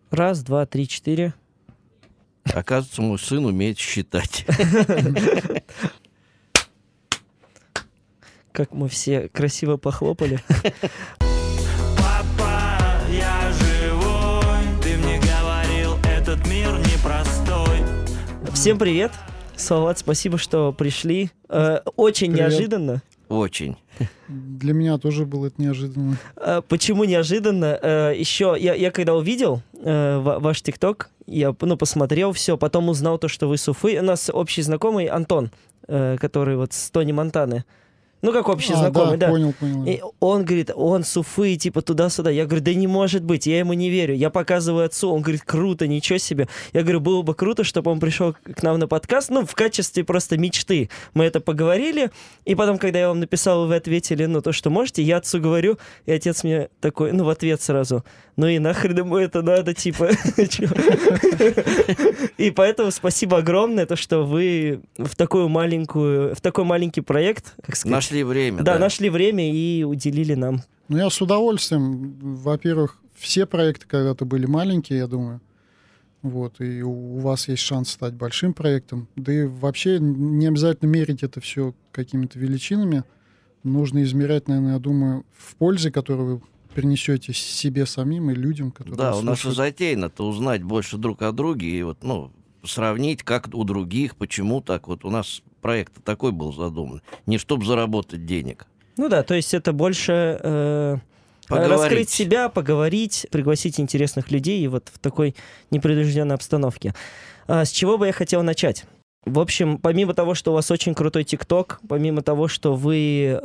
Раз, два, три, четыре. Оказывается, мой сын умеет считать. Как мы все красиво похлопали. Папа, я живой, ты мне говорил, этот мир непростой. Всем привет. Салават, спасибо, что пришли. Очень Привет. неожиданно. Очень. Для меня тоже было это неожиданно. Почему неожиданно? Еще я когда увидел ваш ТикТок, я посмотрел все, потом узнал то, что вы с Уфы. У нас общий знакомый Антон, который вот с Тони Монтаны. Ну, как общий знакомый, да. Понял. И он говорит, он с Уфы, типа туда-сюда. Я говорю, да не может быть, я ему не верю. Я показываю отцу, он говорит, круто, ничего себе. Я говорю, было бы круто, чтобы он пришел к нам на подкаст, в качестве просто мечты. Мы это поговорили, и потом, когда я вам написал, вы ответили, то, что можете, я отцу говорю, и отец мне такой, в ответ сразу, и нахрен ему это надо, типа. И поэтому спасибо огромное, то, что вы в такой маленький проект, как сказать, Нашли время. да, нашли время и уделили нам. Я с удовольствием. Во-первых, все проекты когда-то были маленькие, я думаю. И у вас есть шанс стать большим проектом. Да и вообще не обязательно мерить это все какими-то величинами. Нужно измерять, наверное, я думаю, в пользе, которую вы принесете себе самим и людям, которые Да, у нас и слушают. затеяно-то узнать больше друг о друге и сравнить, как у других, почему так. У нас проект такой был задуман. Не чтобы заработать денег. То есть это больше Поговорить. раскрыть себя, поговорить, пригласить интересных людей и вот в такой непринужденной обстановке. С чего бы я хотел начать? В общем, помимо того, что у вас очень крутой ТикТок, помимо того, что вы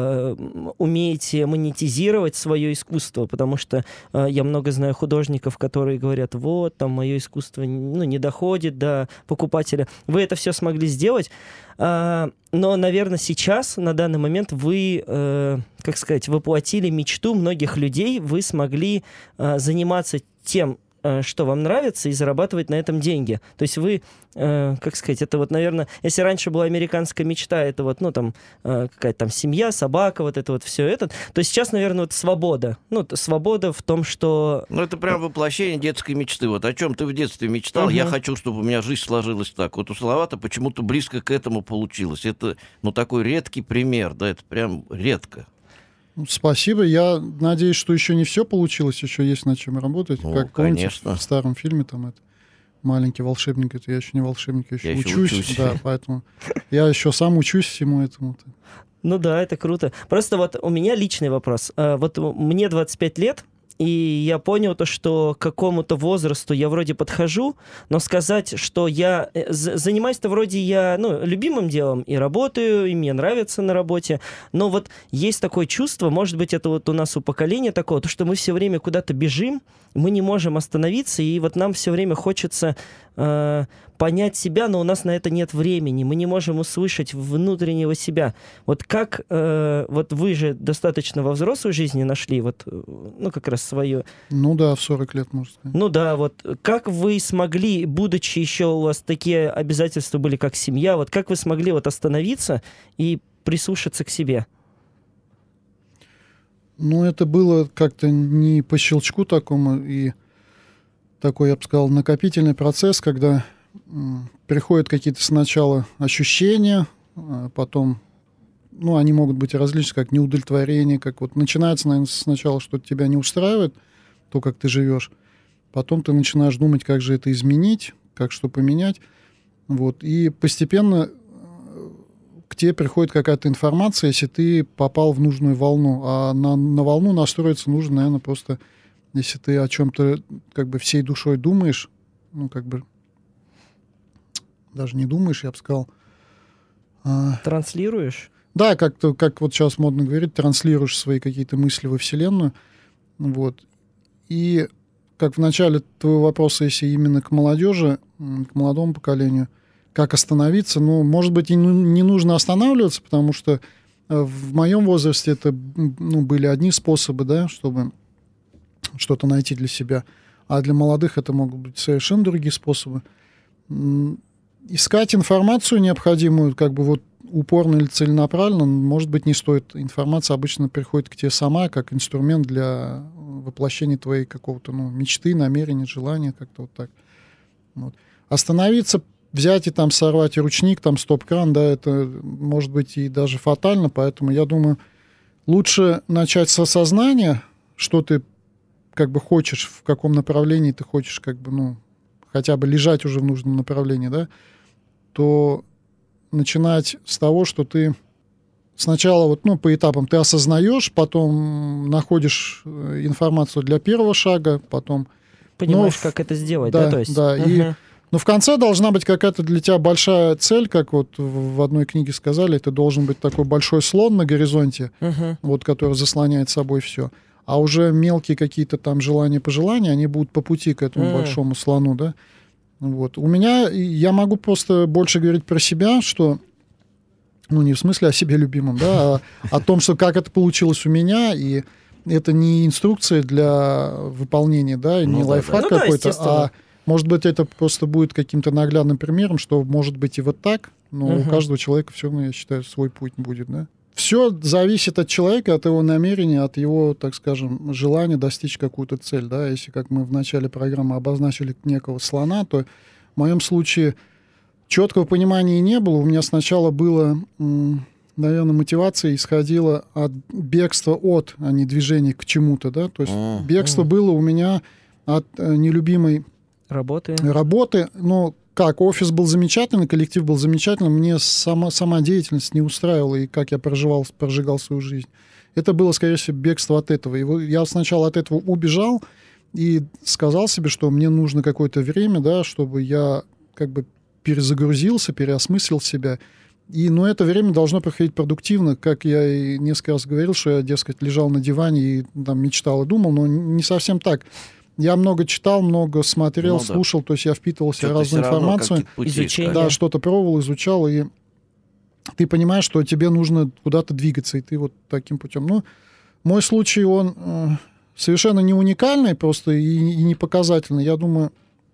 умеете монетизировать свое искусство, потому что я много знаю художников, которые говорят, мое искусство не доходит до покупателя. Вы это все смогли сделать, но, наверное, сейчас, на данный момент, вы, воплотили мечту многих людей, вы смогли заниматься тем, что вам нравится, и зарабатывать на этом деньги. То есть вы, это наверное, если раньше была американская мечта, это какая-то там семья, собака, все это, то сейчас, наверное, свобода. Свобода в том, что... это прям воплощение детской мечты. О чем ты в детстве мечтал, я хочу, чтобы у меня жизнь сложилась так. У Салавата почему-то близко к этому получилось. Это, такой редкий пример, да, это прям редко. Спасибо. Я надеюсь, что еще не все получилось, еще есть над чем работать. Как конечно. Помните, в старом фильме это маленький волшебник, это я еще не волшебник, я еще учусь. Да, поэтому я еще сам учусь всему этому. Да, это круто. Просто у меня личный вопрос. Мне 25 лет, и я понял то, что к какому-то возрасту я вроде подхожу, но сказать, что я занимаюсь-то вроде я любимым делом и работаю, и мне нравится на работе, но есть такое чувство, может быть, это у нас у поколения такого, то, что мы все время куда-то бежим, мы не можем остановиться, и нам все время хочется понять себя, но у нас на это нет времени, мы не можем услышать внутреннего себя. Как вы же достаточно во взрослой жизни нашли как раз свое... в 40 лет, можно сказать. Как вы смогли, будучи еще у вас такие обязательства были, как семья, как вы смогли остановиться и прислушаться к себе? Это было как-то не по щелчку такому, и такой, я бы сказал, накопительный процесс, когда приходят какие-то сначала ощущения, потом, они могут быть различные, как неудовлетворение, как начинается, наверное, сначала что-то тебя не устраивает, то, как ты живешь, потом ты начинаешь думать, как же это изменить, как что поменять, и постепенно к тебе приходит какая-то информация, если ты попал в нужную волну, а на волну настроиться нужно, наверное, просто, если ты о чем-то всей душой думаешь, даже не думаешь, я бы сказал. Транслируешь? Да, как сейчас модно говорить, транслируешь свои какие-то мысли во Вселенную. И как в начале твоего вопроса, если именно к молодежи, к молодому поколению, как остановиться, может быть, и не нужно останавливаться, потому что в моем возрасте это были одни способы, да, чтобы что-то найти для себя, а для молодых это могут быть совершенно другие способы. Искать информацию необходимую, упорно или целенаправленно, может быть, не стоит. Информация обычно приходит к тебе сама, как инструмент для воплощения твоей какого-то мечты, намерения, желания, как-то вот так. Вот. Остановиться, взять и там сорвать ручник, там стоп-кран, да, это может быть и даже фатально, поэтому я думаю, лучше начать с осознания, что ты как бы хочешь, в каком направлении ты хочешь как бы, хотя бы лежать уже в нужном направлении, да, то начинать с того, что ты сначала по этапам ты осознаешь, потом находишь информацию для первого шага, потом... Понимаешь, как это сделать, да? То есть? Да, но в конце должна быть какая-то для тебя большая цель, как вот в одной книге сказали, это должен быть такой большой слон на горизонте, вот, который заслоняет собой все. А уже мелкие какие-то там желания, пожелания, они будут по пути к этому большому слону, да. Вот. У меня, я могу просто больше говорить про себя, что, не в смысле о себе любимом, да, а о том, что как это получилось у меня, и это не инструкция для выполнения, да, не лайфхак какой-то, а может быть, это просто будет каким-то наглядным примером, что может быть и вот так, но у каждого человека все равно, я считаю, свой путь будет, да. Все зависит от человека, от его намерения, от его, так скажем, желания достичь какую-то цель, да. Если, как мы в начале программы обозначили некого слона, то в моем случае четкого понимания не было. У меня сначала было, наверное, мотивация исходила от бегства от, а не движения к чему-то, да. То есть бегство было у меня от нелюбимой работы, но как, офис был замечательный, коллектив был замечательный, мне сама деятельность не устраивала, и как я прожигал свою жизнь. Это было, скорее всего, бегство от этого. И я сначала от этого убежал и сказал себе, что мне нужно какое-то время, да, чтобы я как бы перезагрузился, переосмыслил себя. Но это время должно проходить продуктивно, как я и несколько раз говорил, что я, дескать, лежал на диване и там мечтал и думал, но не совсем так. Я много читал, много смотрел, слушал, то есть я впитывал себе разную информацию, да, что-то пробовал, изучал, и ты понимаешь, что тебе нужно куда-то двигаться, и ты вот таким путем. Мой случай, он совершенно не уникальный просто и не показательный. Я думаю,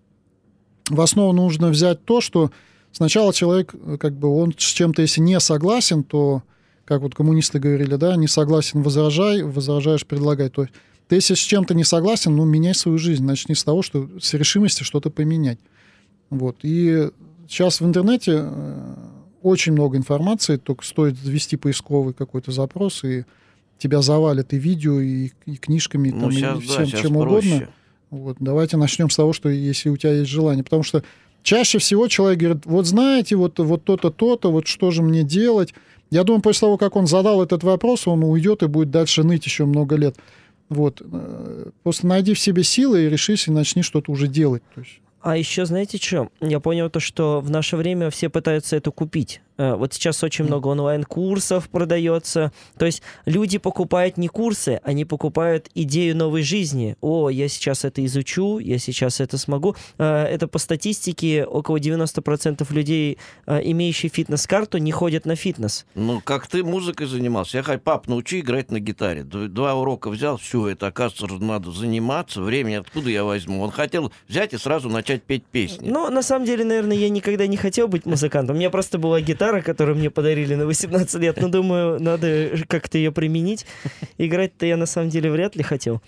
в основу нужно взять то, что сначала человек, как бы, он с чем-то, если не согласен, то, как вот коммунисты говорили, да, не согласен, возражай, возражаешь, предлагай. То есть ты, если с чем-то не согласен, меняй свою жизнь. Начни с того, что с решимости что-то поменять. Вот. И сейчас в интернете очень много информации, только стоит ввести поисковый какой-то запрос, и тебя завалят и видео, и книжками, там, и всем, чем угодно. Вот. Давайте начнем с того, что если у тебя есть желание. Потому что чаще всего человек говорит, вот знаете, вот то-то, то-то, вот что же мне делать? Я думаю, после того, как он задал этот вопрос, он уйдет и будет дальше ныть еще много лет. Вот. Просто найди в себе силы и решись, и начни что-то уже делать. То есть... А еще знаете что? Я понял то, что в наше время все пытаются это купить. Вот сейчас очень много онлайн-курсов продается. То есть люди покупают не курсы, они покупают идею новой жизни. О, я сейчас это изучу, я сейчас это смогу. Это по статистике около 90% людей, имеющие фитнес-карту, не ходят на фитнес. Как ты музыкой занимался? Я говорю, пап, научи играть на гитаре. 2 урока взял, все, это, оказывается, надо заниматься. Времени откуда я возьму? Он хотел взять и сразу начать петь песни. На самом деле, наверное, я никогда не хотел быть музыкантом. У меня просто была гитара, которую мне подарили на 18 лет. Думаю, надо как-то ее применить. Играть-то я на самом деле вряд ли хотел.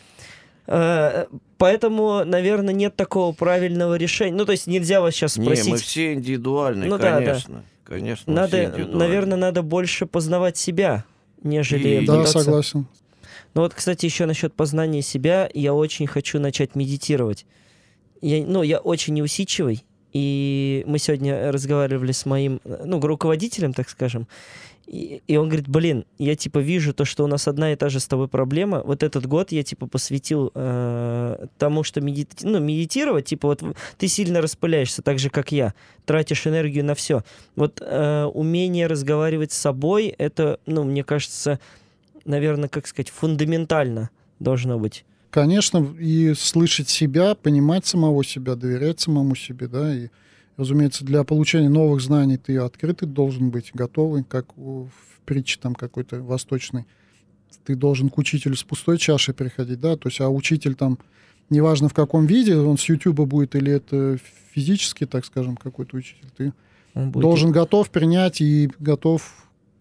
Поэтому, наверное, нет такого правильного решения. То есть нельзя вас сейчас спросить... Мы все индивидуальны, конечно. Да. Конечно, наверное, надо больше познавать себя, нежели... Да, согласен. Кстати, еще насчет познания себя, я очень хочу начать медитировать. Я очень неусидчивый, и мы сегодня разговаривали с моим, руководителем, так скажем, и он говорит, я, вижу то, что у нас одна и та же с тобой проблема. Вот этот год я, посвятил тому, что медитировать, ты сильно распыляешься, так же, как я, тратишь энергию на все. Умение разговаривать с собой, это, мне кажется, наверное, фундаментально должно быть. Конечно, и слышать себя, понимать самого себя, доверять самому себе, да, и, разумеется, для получения новых знаний ты открытый должен быть, готовый, как в притче там какой-то восточной. Ты должен к учителю с пустой чашей приходить, да, то есть, а учитель там, неважно в каком виде, он с Ютуба будет или это физически, так скажем, какой-то учитель, ты должен готов принять и готов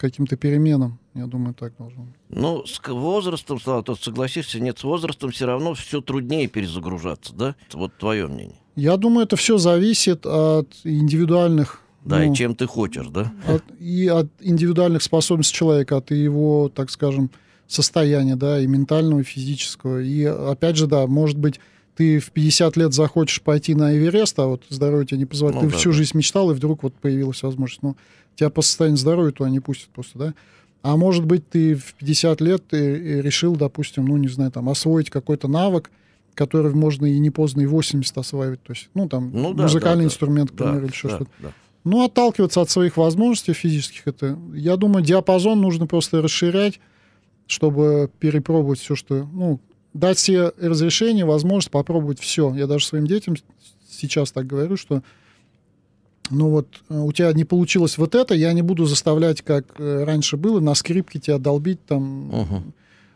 каким-то переменам. Я думаю, так должно быть. Ну, с возрастом, Слава, тут согласишься, нет, с возрастом все равно все труднее перезагружаться, да? Вот твое мнение. Я думаю, это все зависит от индивидуальных... Да, и чем ты хочешь, да? От индивидуальных способностей человека, от его, так скажем, состояния, да, и ментального, и физического. И опять же, да, может быть, ты в 50 лет захочешь пойти на Эверест, а вот здоровье тебе не позволяет. Ну, ты да, всю да. жизнь мечтал, и вдруг вот появилась возможность. Ну, тебя по состоянию здоровья туда не пустят просто, да. А может быть, ты в 50 лет ты решил, допустим, ну, не знаю, там, освоить какой-то навык, который можно и не поздно, и 80 осваивать. То есть, ну, там, Ну, да, музыкальный да, инструмент, к да, примеру, или еще да, что-то. да. Ну, отталкиваться от своих возможностей физических, это, я думаю, диапазон нужно просто расширять, чтобы перепробовать все, что... Ну, дать себе разрешение, возможность попробовать все. Я даже своим детям сейчас так говорю, что ну вот у тебя не получилось вот это, я не буду заставлять, как раньше было, на скрипке тебя долбить там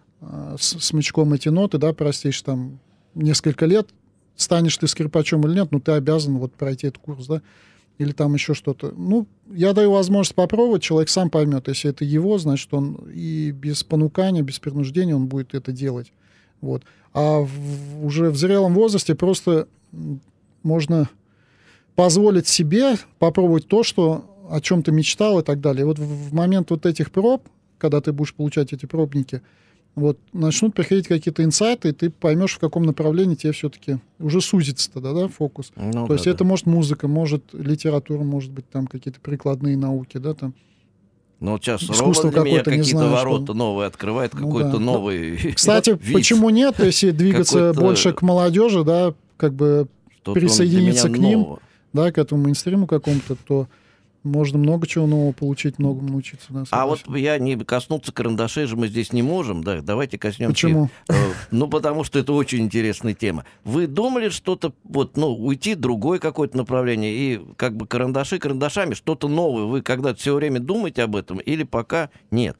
смычком эти ноты, да, простишь, там несколько лет, станешь ты скрипачом или нет, ну ты обязан вот пройти этот курс, да, или там еще что-то. Ну, я даю возможность попробовать, человек сам поймет. Если это его, значит, он и без понукания, без принуждения он будет это делать. Вот. А уже в зрелом возрасте просто можно позволить себе попробовать то, что, о чем ты мечтал и так далее. И вот в момент вот этих проб, когда ты будешь получать эти пробники, вот начнут приходить какие-то инсайты, и ты поймешь, в каком направлении тебе все-таки уже сузится тогда, да, фокус. Ну, то есть это может музыка, может литература, может быть там какие-то прикладные науки, да, там. Ну, вот сейчас Искусство Рома для меня какое-то, не какие-то знаю, ворота что... новые открывает, Ну, какой-то да. новый Кстати, вид. почему нет, если двигаться Какой-то больше к молодежи, да, как бы Что-то присоединиться он к для меня ним, нового. да, к этому мейнстриму какому-то, то можно много чего нового получить, многому научиться. Да, А вот согласен. я не коснуться карандашей же мы здесь не можем, да, давайте коснемся. Почему? Ну, потому что это очень интересная тема. Вы думали что-то, вот, ну, уйти в другое какое-то направление, и как бы карандаши карандашами, что-то новое, вы когда-то все время думаете об этом, или пока нет?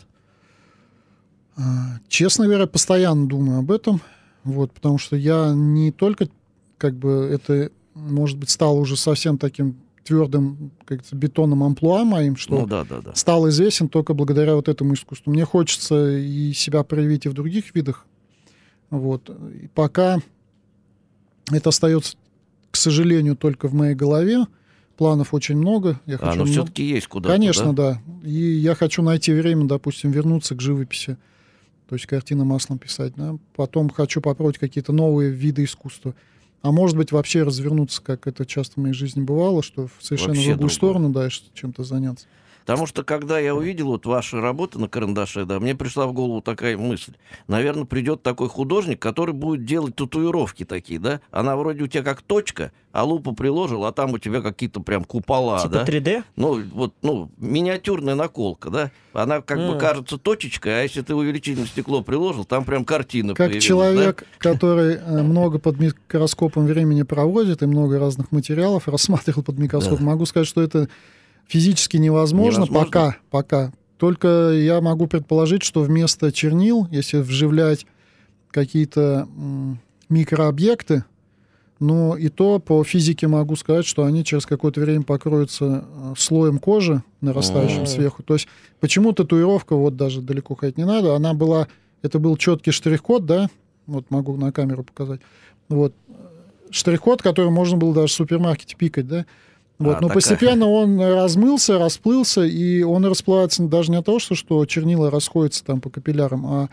Честно говоря, постоянно думаю об этом, вот, потому что я не только, как бы, это, может быть, стало уже совсем таким твердым, как говорится, бетонным амплуа моим, что Ну, да. стал известен только благодаря вот этому искусству. Мне хочется и себя проявить и в других видах. Вот. И пока это остается, к сожалению, только в моей голове. Планов очень много. Я хочу Но все-таки есть куда-то, Конечно, да? да. И я хочу найти время, допустим, вернуться к живописи. То есть картины маслом писать. Да? Потом хочу попробовать какие-то новые виды искусства. А может быть, вообще развернуться, как это часто в моей жизни бывало, что в совершенно Вообще другую другое. сторону, да, чем-то заняться. Потому что, когда я увидел вот ваши работы на карандаше, да, мне пришла в голову такая мысль. Наверное, придет такой художник, который будет делать татуировки такие, да? Она вроде у тебя как точка, а лупу приложил, а там у тебя какие-то прям купола, Типа да? 3D? Ну, вот, ну, миниатюрная наколка, да? Она как бы кажется точечкой, а если ты увеличительное стекло приложил, там прям картина Как появилась, человек, который много под микроскопом времени проводит и много разных материалов рассматривал под микроскопом, могу сказать, что это физически невозможно. Пока. Только я могу предположить, что вместо чернил, если вживлять какие-то микрообъекты, но и то по физике могу сказать, что они через какое-то время покроются слоем кожи, нарастающим сверху. То есть почему татуировка, вот даже далеко ходить не надо, это был четкий штрих-код, да, вот могу на камеру показать, вот, штрих-код, который можно было даже в супермаркете пикать, да. Вот, но постепенно он размылся, расплылся, и он расплывается даже не от того, что чернила расходятся там по капиллярам, а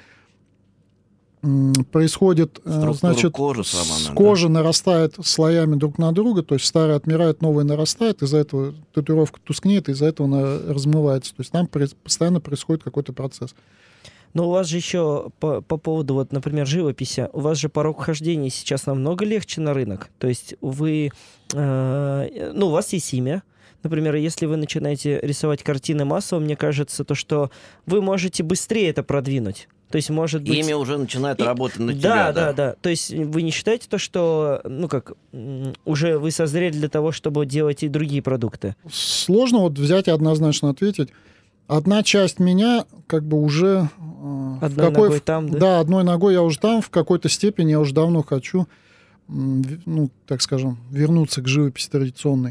происходит, значит, кожа нарастает слоями друг на друга, то есть старое отмирает, новое нарастает, из-за этого татуировка тускнеет, из-за этого она размывается. То есть там постоянно происходит какой-то процесс. Но у вас же еще по поводу, вот, например, живописи, у вас же порог вхождения сейчас намного легче на рынок. То есть вы, у вас есть имя. Например, если вы начинаете рисовать картины массово, мне кажется, то, что вы можете быстрее это продвинуть. То есть, может быть... Имя уже начинает работать на тебя. Да. То есть вы не считаете то, что, уже вы созрели для того, чтобы делать и другие продукты? Сложно вот взять и однозначно ответить. Одна часть меня как бы уже... Одной ногой там, да? Да, одной ногой я уже там, в какой-то степени я уже давно хочу, так скажем, вернуться к живописи традиционной.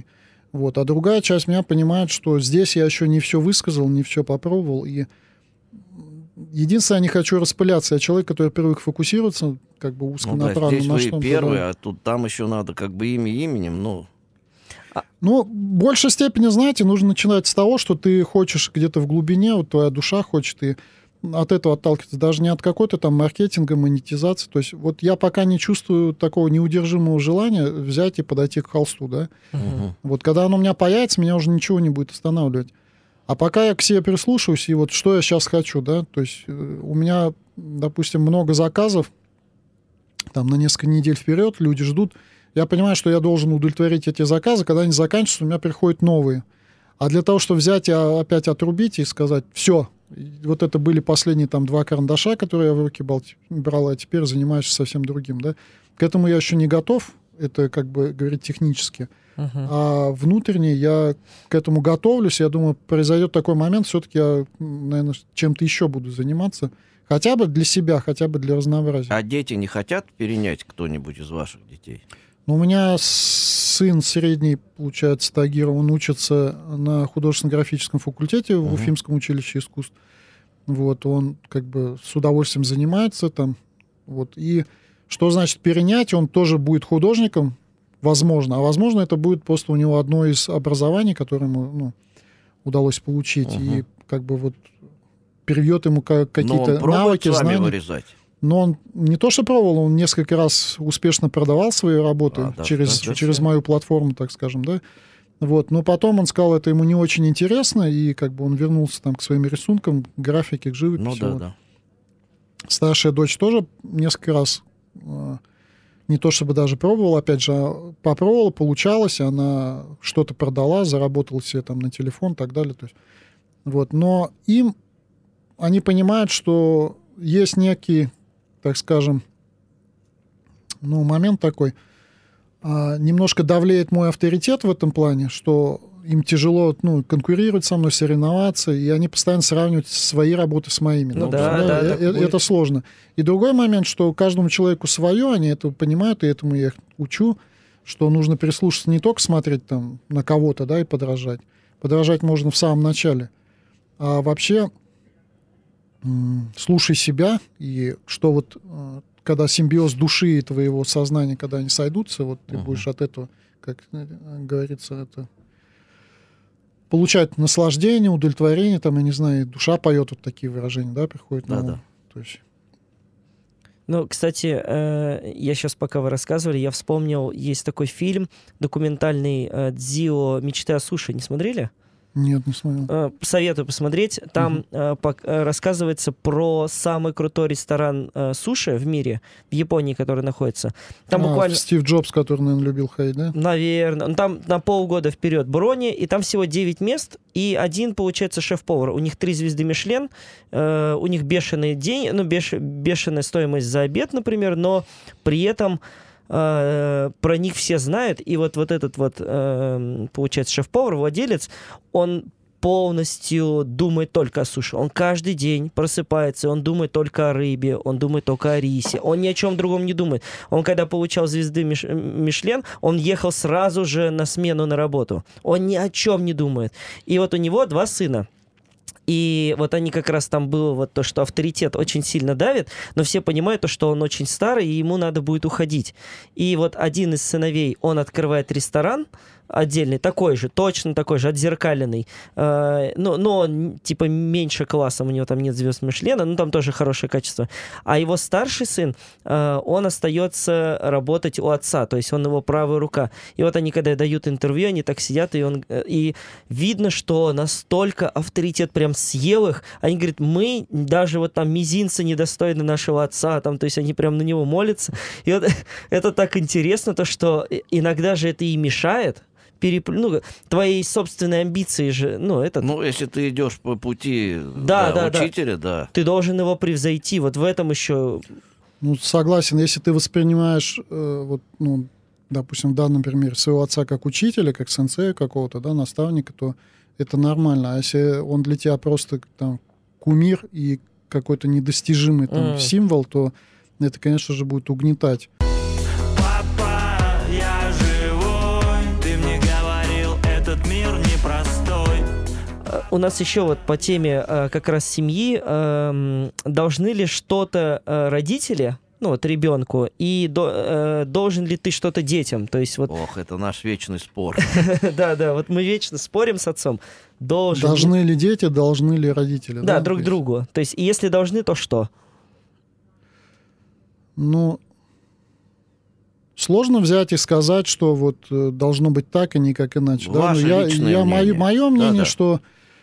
Вот. А другая часть меня понимает, что здесь я еще не все высказал, не все попробовал. И единственное, я не хочу распыляться. Я человек, который привык фокусироваться как бы узконаправленно здесь на вы что-то. первый, Да. а тут там еще надо как бы имя именем, ну... Ну, в большей степени, знаете, нужно начинать с того, что ты хочешь где-то в глубине, вот твоя душа хочет, и от этого отталкиваться, даже не от какой-то там маркетинга, монетизации. То есть вот я пока не чувствую такого неудержимого желания взять и подойти к холсту, да. Вот когда оно у меня появится, меня уже ничего не будет останавливать. А пока я к себе прислушиваюсь, и вот что я сейчас хочу, да, то есть у меня, допустим, много заказов, там на несколько недель вперед, люди ждут. Я понимаю, что я должен удовлетворить эти заказы, когда они заканчиваются, у меня приходят новые. А для того, чтобы взять и опять отрубить и сказать, все, вот это были последние там 2 карандаша, которые я в руки брал, а теперь занимаюсь совсем другим, да. К этому я еще не готов, это как бы говорить технически. А внутренне я к этому готовлюсь, я думаю, произойдет такой момент, все-таки я, наверное, чем-то еще буду заниматься. Хотя бы для себя, хотя бы для разнообразия. А дети не хотят перенять кто-нибудь из ваших детей? Ну, у меня сын средний, получается, Тагир, он учится на художественно-графическом факультете в Уфимском училище искусств. Вот, он как бы с удовольствием занимается там. Вот, и что значит перенять? Он тоже будет художником, возможно. А возможно, это будет просто у него одно из образований, которое ему удалось получить. И как бы вот перевьет ему какие-то навыки, с вами знания. вырезать? Но он не то что пробовал, он несколько раз успешно продавал свои работы через мою платформу, так скажем, да. Вот. Но потом он сказал, это ему не очень интересно, и как бы он вернулся там к своим рисункам, к графике, к живописи. Ну да, вот. да. Старшая дочь тоже несколько раз не то чтобы даже пробовала, опять же, попробовала, получалось, она что-то продала, заработала себе там на телефон и так далее. То есть, вот. Но они понимают, что есть некий, так скажем, момент такой, немножко давлеет мой авторитет в этом плане, что им тяжело конкурировать со мной, соревноваться, и они постоянно сравнивают свои работы с моими. Это сложно. И другой момент, что каждому человеку свое, они это понимают, и этому я их учу, что нужно прислушаться, не только смотреть там на кого-то, да, и подражать. Подражать можно в самом начале. А вообще слушай себя, и что вот когда симбиоз души и твоего сознания, когда они сойдутся, вот ты будешь от этого, как говорится, это получать наслаждение, удовлетворение, там, я не знаю, душа поет, вот такие выражения, да, приходят на ум. Да. То есть... Ну, кстати, я сейчас, пока вы рассказывали, я вспомнил, есть такой фильм документальный «Дзио. Мечты о суши». Не смотрели? Нет, не смотрел. Советую посмотреть. Там рассказывается про самый крутой ресторан суши в мире, в Японии, который находится. Там буквально... Стив Джобс, который, наверное, любил ходить, да? Наверное. Там на полгода вперед брони, и там всего 9 мест, и один, получается, шеф-повар. У них 3 звезды Мишлен, у них бешеные деньги, бешеная стоимость за обед, например, но при этом... про них все знают, и вот этот получается, шеф-повар, владелец, он полностью думает только о суше. Он каждый день просыпается, он думает только о рыбе, он думает только о рисе, он ни о чем другом не думает. Он, когда получал звезды Мишлен, он ехал сразу же на смену на работу. Он ни о чем не думает. И вот у него 2 сына. И вот они как раз там было вот то, что авторитет очень сильно давит, но все понимают то, что он очень старый, и ему надо будет уходить. И вот один из сыновей, он открывает ресторан отдельный, такой же, точно такой же, отзеркаленный, но типа меньше классом, у него там нет звезд Мишлена, но там тоже хорошее качество. А его старший сын, он остается работать у отца, то есть он его правая рука. И вот они, когда дают интервью, они так сидят, и видно, что настолько авторитет прям съел их. Они говорят, мы даже вот там мизинца недостойны нашего отца, там, то есть они прям на него молятся. И вот это так интересно, то, что иногда же это и мешает, твои собственные амбиции же, если ты идешь по пути учителя, да. Ты должен его превзойти, вот в этом еще... Согласен, если ты воспринимаешь, допустим, в данном примере своего отца как учителя, как сенсея какого-то, да, наставника, то это нормально. А если он для тебя просто там кумир и какой-то недостижимый там символ, то это, конечно же, будет угнетать. У нас еще вот по теме как раз семьи, должны ли что-то родители, ну вот ребенку, и должен ли ты что-то детям? То есть вот... Ох, это наш вечный спор. Да, вот мы вечно спорим с отцом. Должны ли дети, должны ли родители? Да, друг другу. То есть если должны, то что? Ну, сложно взять и сказать, что вот должно быть так, и никак иначе. Ваше личное мнение. Мое мнение, Да-да. что,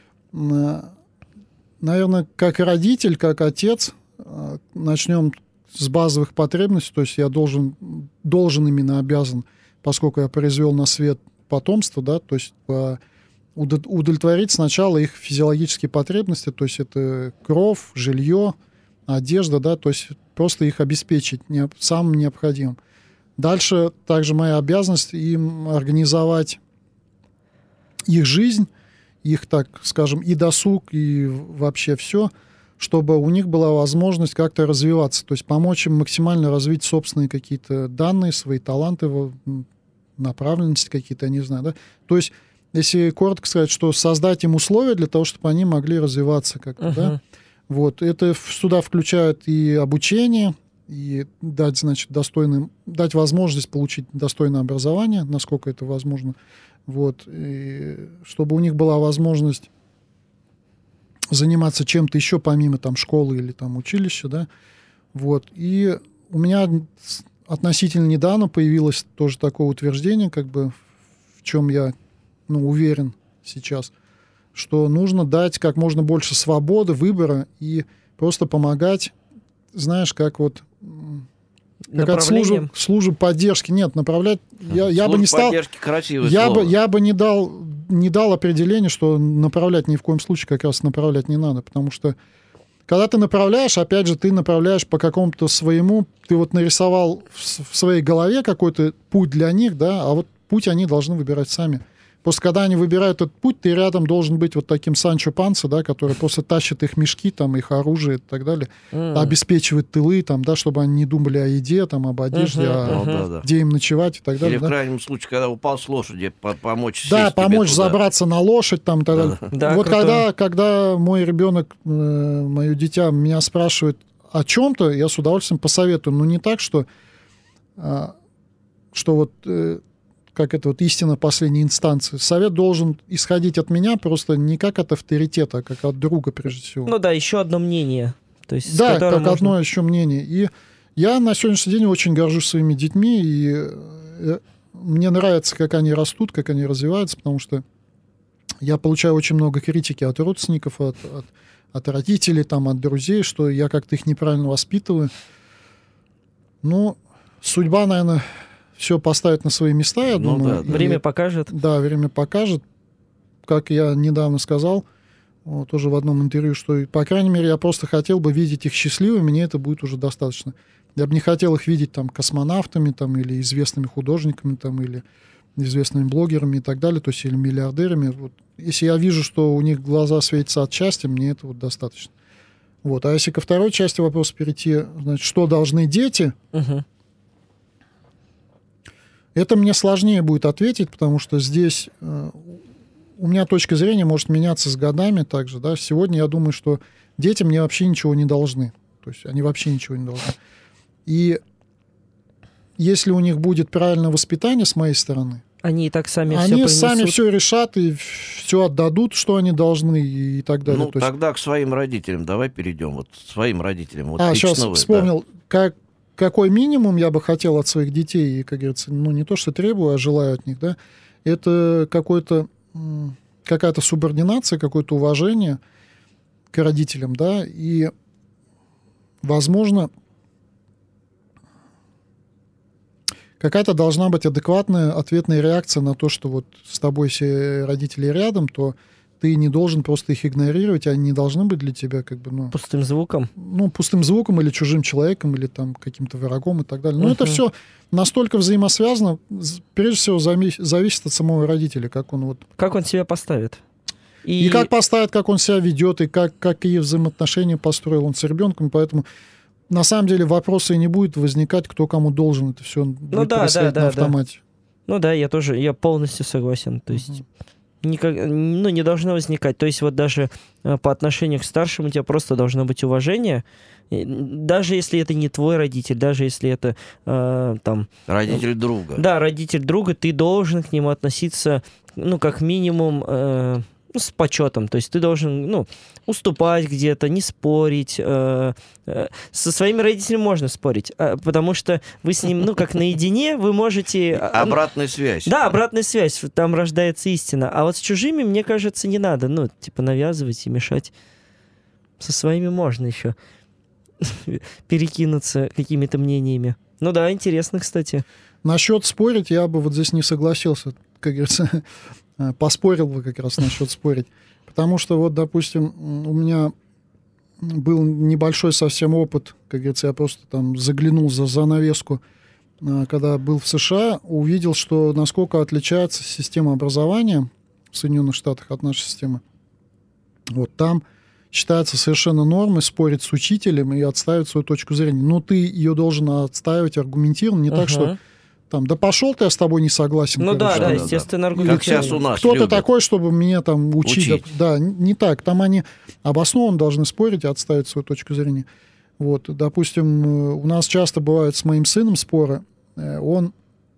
наверное, как родитель, как отец, начнем с базовых потребностей, то есть я должен именно обязан, поскольку я произвел на свет потомство, да, то есть удовлетворить сначала их физиологические потребности, то есть это кровь, жилье, одежда, да, то есть просто их обеспечить самым необходимым. Дальше также моя обязанность им организовать их жизнь, их, так скажем, и досуг, и вообще все, чтобы у них была возможность как-то развиваться, то есть помочь им максимально развить собственные какие-то данные, свои таланты, направленности какие-то, я не знаю, да. То есть, если коротко сказать, что создать им условия для того, чтобы они могли развиваться как-то, да. Вот, это сюда включает и обучение, и дать, значит, дать возможность получить достойное образование, насколько это возможно, вот, и чтобы у них была возможность заниматься чем-то еще помимо там школы или там училища, да, вот, и у меня относительно недавно появилось тоже такое утверждение, как бы, в чем я, уверен сейчас, что нужно дать как можно больше свободы, выбора и просто помогать, знаешь, как вот как от службы поддержки. Нет, направлять... Я бы не стал... Я бы не дал определения, что направлять ни в коем случае как раз направлять не надо, потому что когда ты направляешь, опять же, ты направляешь по какому-то своему... Ты вот нарисовал в своей голове какой-то путь для них, да, а вот путь они должны выбирать сами. Просто когда они выбирают этот путь, ты рядом должен быть вот таким Санчо Панса, да, который просто тащит их мешки, там, их оружие и так далее, обеспечивает тылы, там, да, чтобы они не думали о еде, там, об одежде, где им ночевать и так далее. Или в крайнем случае, когда упал с лошади, помочь сесть. Да, помочь забраться на лошадь, там, и так далее. Да, вот когда мой ребенок, мое дитя меня спрашивает о чем-то, я с удовольствием посоветую. Но не так, что вот... как это вот истина последней инстанции. Совет должен исходить от меня просто не как от авторитета, а как от друга прежде всего. Ну да, еще одно мнение. То есть, да, как одно еще мнение. И я на сегодняшний день очень горжусь своими детьми, и мне нравится, как они растут, как они развиваются, потому что я получаю очень много критики от родственников, от родителей, там, от друзей, что я как-то их неправильно воспитываю. Но судьба, наверное... все поставить на свои места, я думаю. Да. Время покажет. Да, время покажет. Как я недавно сказал, тоже в одном интервью, что, по крайней мере, я просто хотел бы видеть их счастливыми, мне это будет уже достаточно. Я бы не хотел их видеть там космонавтами, там, или известными художниками, там, или известными блогерами и так далее, то есть или миллиардерами. Вот. Если я вижу, что у них глаза светятся от счастья, мне это вот достаточно. Вот. А если ко второй части вопроса перейти, значит, что должны дети... Это мне сложнее будет ответить, потому что здесь у меня точка зрения может меняться с годами также. Да? Сегодня я думаю, что дети мне вообще ничего не должны. То есть они вообще ничего не должны. И если у них будет правильное воспитание с моей стороны, они и так сами все решат и все отдадут, что они должны и так далее. Ну, тогда к своим родителям давай перейдем. Вот своим родителям. Вот сейчас вспомнил, какой минимум я бы хотел от своих детей, и, как говорится, не то, что требую, а желаю от них, да, это какая-то субординация, какое-то уважение к родителям, да, и, возможно, какая-то должна быть адекватная ответная реакция на то, что вот с тобой все родители рядом, то ты не должен просто их игнорировать, они не должны быть для тебя как бы, пустым звуком. Пустым звуком или чужим человеком, или там каким-то врагом и так далее. Но это все настолько взаимосвязано, прежде всего зависит от самого родителя, как он вот... Как он себя поставит. И как поставит, как он себя ведет, и какие взаимоотношения построил он с ребенком, поэтому на самом деле вопросы и не будет возникать, кто кому должен, это все будет происходить на автомате. Ну да, я полностью согласен, то есть... не должно возникать. То есть вот даже по отношению к старшим у тебя просто должно быть уважение. Даже если это не твой родитель, даже если это там... Родитель друга. Да, родитель друга, ты должен к нему относиться, как минимум... с почетом, то есть ты должен, уступать где-то, не спорить. Со своими родителями можно спорить, потому что вы с ним, как наедине, вы можете... Обратная связь. Да, обратная связь, там рождается истина. А вот с чужими, мне кажется, не надо, навязывать и мешать. Со своими можно еще перекинуться какими-то мнениями. Ну да, интересно, кстати. Насчет спорить я бы вот здесь не согласился, как говорится... Поспорил бы как раз насчет спорить. Потому что, вот, допустим, у меня был небольшой совсем опыт, как говорится, я просто там заглянул за занавеску, когда был в США, увидел, что насколько отличается система образования в Соединенных Штатах от нашей системы. Вот там считается совершенно нормой спорить с учителем и отстаивать свою точку зрения. Но ты ее должен отстаивать аргументированно, не так, что там, да пошел ты, я с тобой не согласен. Да, естественно, аргументированно. Как сейчас у нас кто любят. ты такой, чтобы меня там учить? Да, не так. Там они обоснованно должны спорить и отставить свою точку зрения. Вот, допустим, у нас часто бывают с моим сыном споры. Он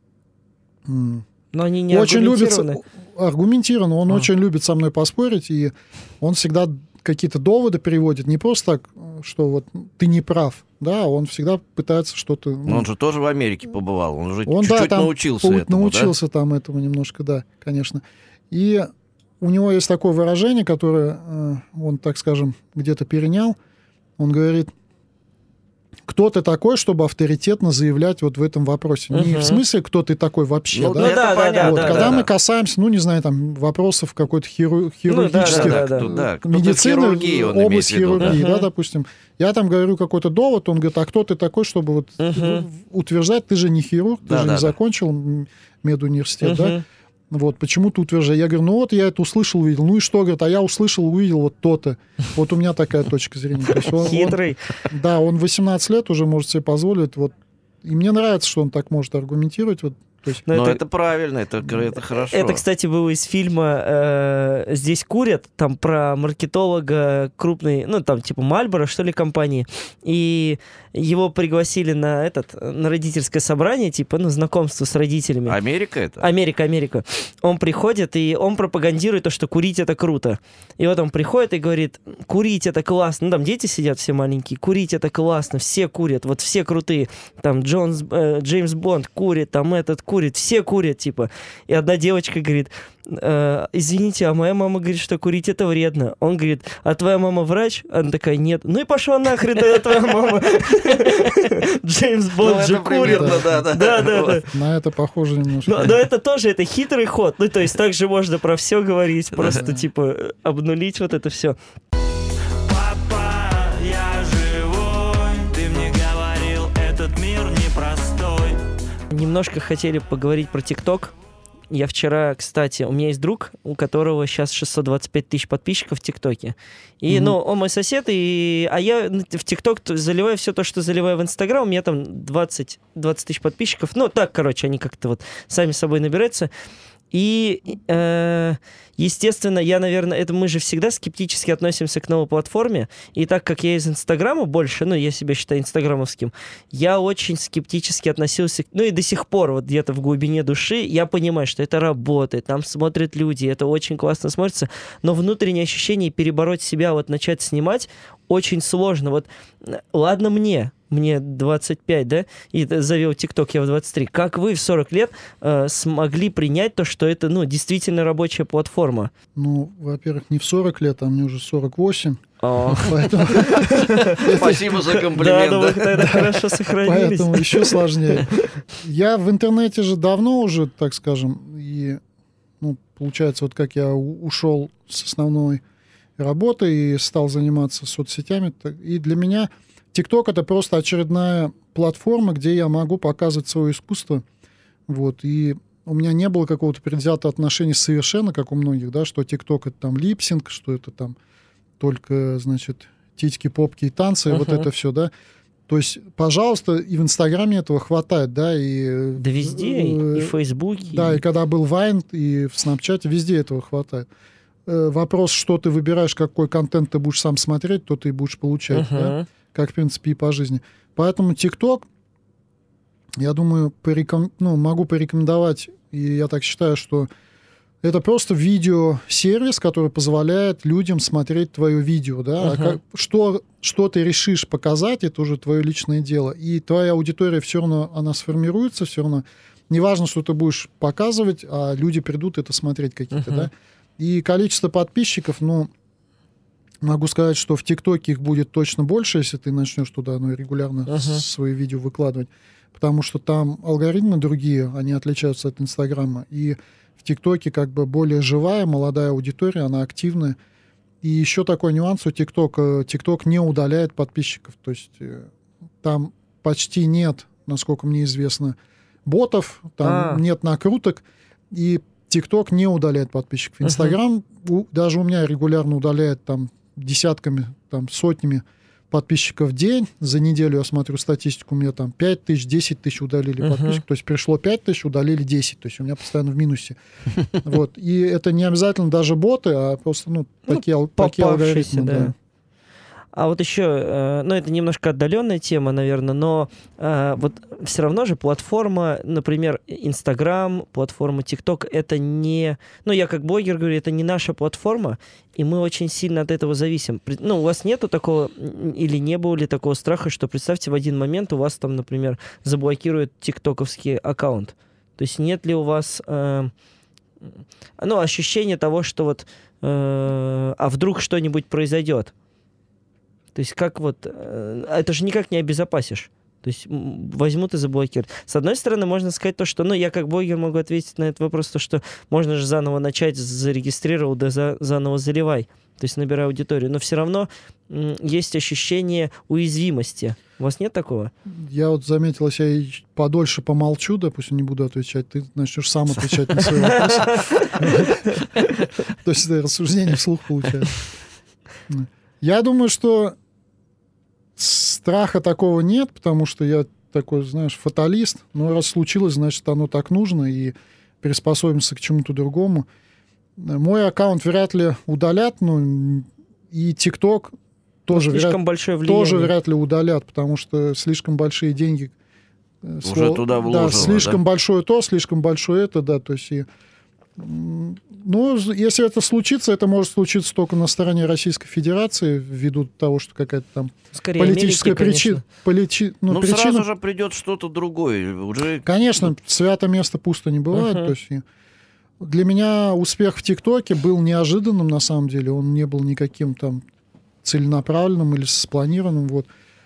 Но они не очень любит аргументированы. он очень любит со мной поспорить, и он всегда какие-то доводы приводит, не просто так, что вот ты не прав, да, он всегда пытается что-то... Но он же тоже в Америке побывал, он уже он, чуть-чуть да, научился этому, научился там этому немножко, да, конечно. И у него есть такое выражение, которое он, так скажем, где-то перенял. Он говорит: кто ты такой, чтобы авторитетно заявлять вот в этом вопросе? Не в смысле, кто ты такой вообще, ну, да? это понятно. Вот, когда мы касаемся, не знаю, там, вопросов какой-то хирургических, медицины, область хирургии, да, допустим. Я там говорю какой-то довод, он говорит: а кто ты такой, чтобы вот утверждать, ты же не хирург, ты же не закончил медуниверситет, да? Вот, почему ты утверждаешь? Я говорю, ну вот я это услышал, увидел. Ну и что? Говорит, а я услышал, увидел вот то-то. Вот у меня такая точка зрения. То есть хитрый. Да, он 18 лет уже может себе позволить. Вот. И мне нравится, что он так может аргументировать. Вот. То есть... Но это правильно, это хорошо. Это, кстати, было из фильма «Здесь курят», там про маркетолога крупной, там типа Marlboro, что ли, компании. И его пригласили на родительское собрание, типа, знакомство с родителями. Америка это? Америка. Он приходит, и он пропагандирует то, что курить это круто. И вот он приходит и говорит: курить это классно. Там дети сидят все маленькие, курить это классно, все курят, вот все крутые. Там Джеймс Бонд курит, там этот курит, все курят, типа. И одна девочка говорит: извините, а моя мама говорит, что курить это вредно. Он говорит: а твоя мама врач? Она такая: нет. Ну и пошла нахрен твоя мама. Джеймс Бонд же курит. Да. На это похоже немножко. Но это тоже, это хитрый ход. То есть так же можно про все говорить, просто типа обнулить вот это все. Папа, я живой, ты мне говорил, этот мир непростой. Немножко хотели поговорить про ТикТок. Я вчера, кстати, у меня есть друг, у которого сейчас 625 тысяч подписчиков в ТикТоке. И, он мой сосед, а я в ТикТок заливаю все то, что заливаю в Инстаграм. У меня там 20 тысяч подписчиков. Они как-то вот сами собой набираются. И, естественно, мы же всегда скептически относимся к новой платформе, и так как я из Инстаграма больше, я себя считаю инстаграмовским, я очень скептически относился, и до сих пор, вот где-то в глубине души, я понимаю, что это работает, там смотрят люди, это очень классно смотрится, но внутреннее ощущение перебороть себя, вот начать снимать, очень сложно. Вот, ладно мне 25, да, и завел ТикТок я в 23. Как вы в 40 лет смогли принять то, что это, действительно рабочая платформа? Во-первых, не в 40 лет, а мне уже 48. Спасибо за комплимент. Да, тогда хорошо сохранились. Поэтому еще сложнее. Я в интернете же давно уже, так скажем, и, получается, вот как я ушел с основной работы и стал заниматься соцсетями, и для меня ТикТок — это просто очередная платформа, где я могу показывать свое искусство. Вот. И у меня не было какого-то предвзятого отношения совершенно, как у многих, да, что ТикТок — это там липсинг, что это там только, значит, титьки, попки и танцы, вот это все, да. То есть, пожалуйста, и в Инстаграме этого хватает, да, и... Да везде, и в Фейсбуке. Да, и когда был Вайн, и в Снапчате, везде этого хватает. Вопрос, что ты выбираешь, какой контент ты будешь сам смотреть, то ты и будешь получать, да? Как, в принципе, и по жизни. Поэтому ТикТок, я думаю, могу порекомендовать, и я так считаю, что это просто видеосервис, который позволяет людям смотреть твое видео, да? Что ты решишь показать, это уже твое личное дело. И твоя аудитория все равно, она сформируется, все равно. Неважно, что ты будешь показывать, а люди придут это смотреть какие-то, да? И количество подписчиков, могу сказать, что в ТикТоке их будет точно больше, если ты начнешь туда регулярно свои видео выкладывать, потому что там алгоритмы другие, они отличаются от Инстаграма, и в ТикТоке как бы более живая, молодая аудитория, она активная. И еще такой нюанс у ТикТока. ТикТок не удаляет подписчиков, то есть там почти нет, насколько мне известно, ботов, там нет накруток, и ТикТок не удаляет подписчиков. Инстаграм даже у меня регулярно удаляет там десятками, там сотнями подписчиков в день. За неделю я смотрю статистику, у меня там 5 тысяч, 10 тысяч удалили подписчиков. То есть пришло 5 тысяч, удалили 10. То есть у меня постоянно в минусе. Вот. И это не обязательно даже боты, а просто такие алгоритмы. Да. А вот еще, это немножко отдаленная тема, наверное, но вот все равно же платформа, например, Инстаграм, платформа ТикТок, это не... я как блогер говорю, это не наша платформа, и мы очень сильно от этого зависим. У вас нету такого, или не было ли такого страха, что, представьте, в один момент у вас там, например, заблокируют тиктоковский аккаунт? То есть нет ли у вас... ощущение того, что а вдруг что-нибудь произойдет? То есть это же никак не обезопасишь. То есть возьмут и заблокируют. С одной стороны, можно сказать то, что, я как блогер могу ответить на этот вопрос, то, что можно же заново начать, зарегистрировал, да заново заливай. То есть набирай аудиторию. Но все равно есть ощущение уязвимости. У вас нет такого? Я заметил, если я подольше помолчу, допустим, не буду отвечать, ты начнешь сам отвечать на свои вопросы. То есть это рассуждение вслух получается. Я думаю, что страха такого нет, потому что я такой, фаталист. Раз случилось, значит, оно так нужно, и приспособимся к чему-то другому. Мой аккаунт вряд ли удалят, и ТикТок тоже вряд ли удалят, потому что слишком большие деньги. Уже туда вложено. Да, слишком большое то, слишком большое это, да, то есть... если это случится, это может случиться только на стороне Российской Федерации, ввиду того, что какая-то там скорее политическая Америки, причина. Сразу же придет что-то другое. Конечно, свято место пусто не бывает. То есть для меня успех в ТикТоке был неожиданным, на самом деле. Он не был никаким там целенаправленным или спланированным. Вот.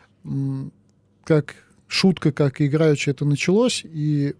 Как шутка, как играючи это началось, и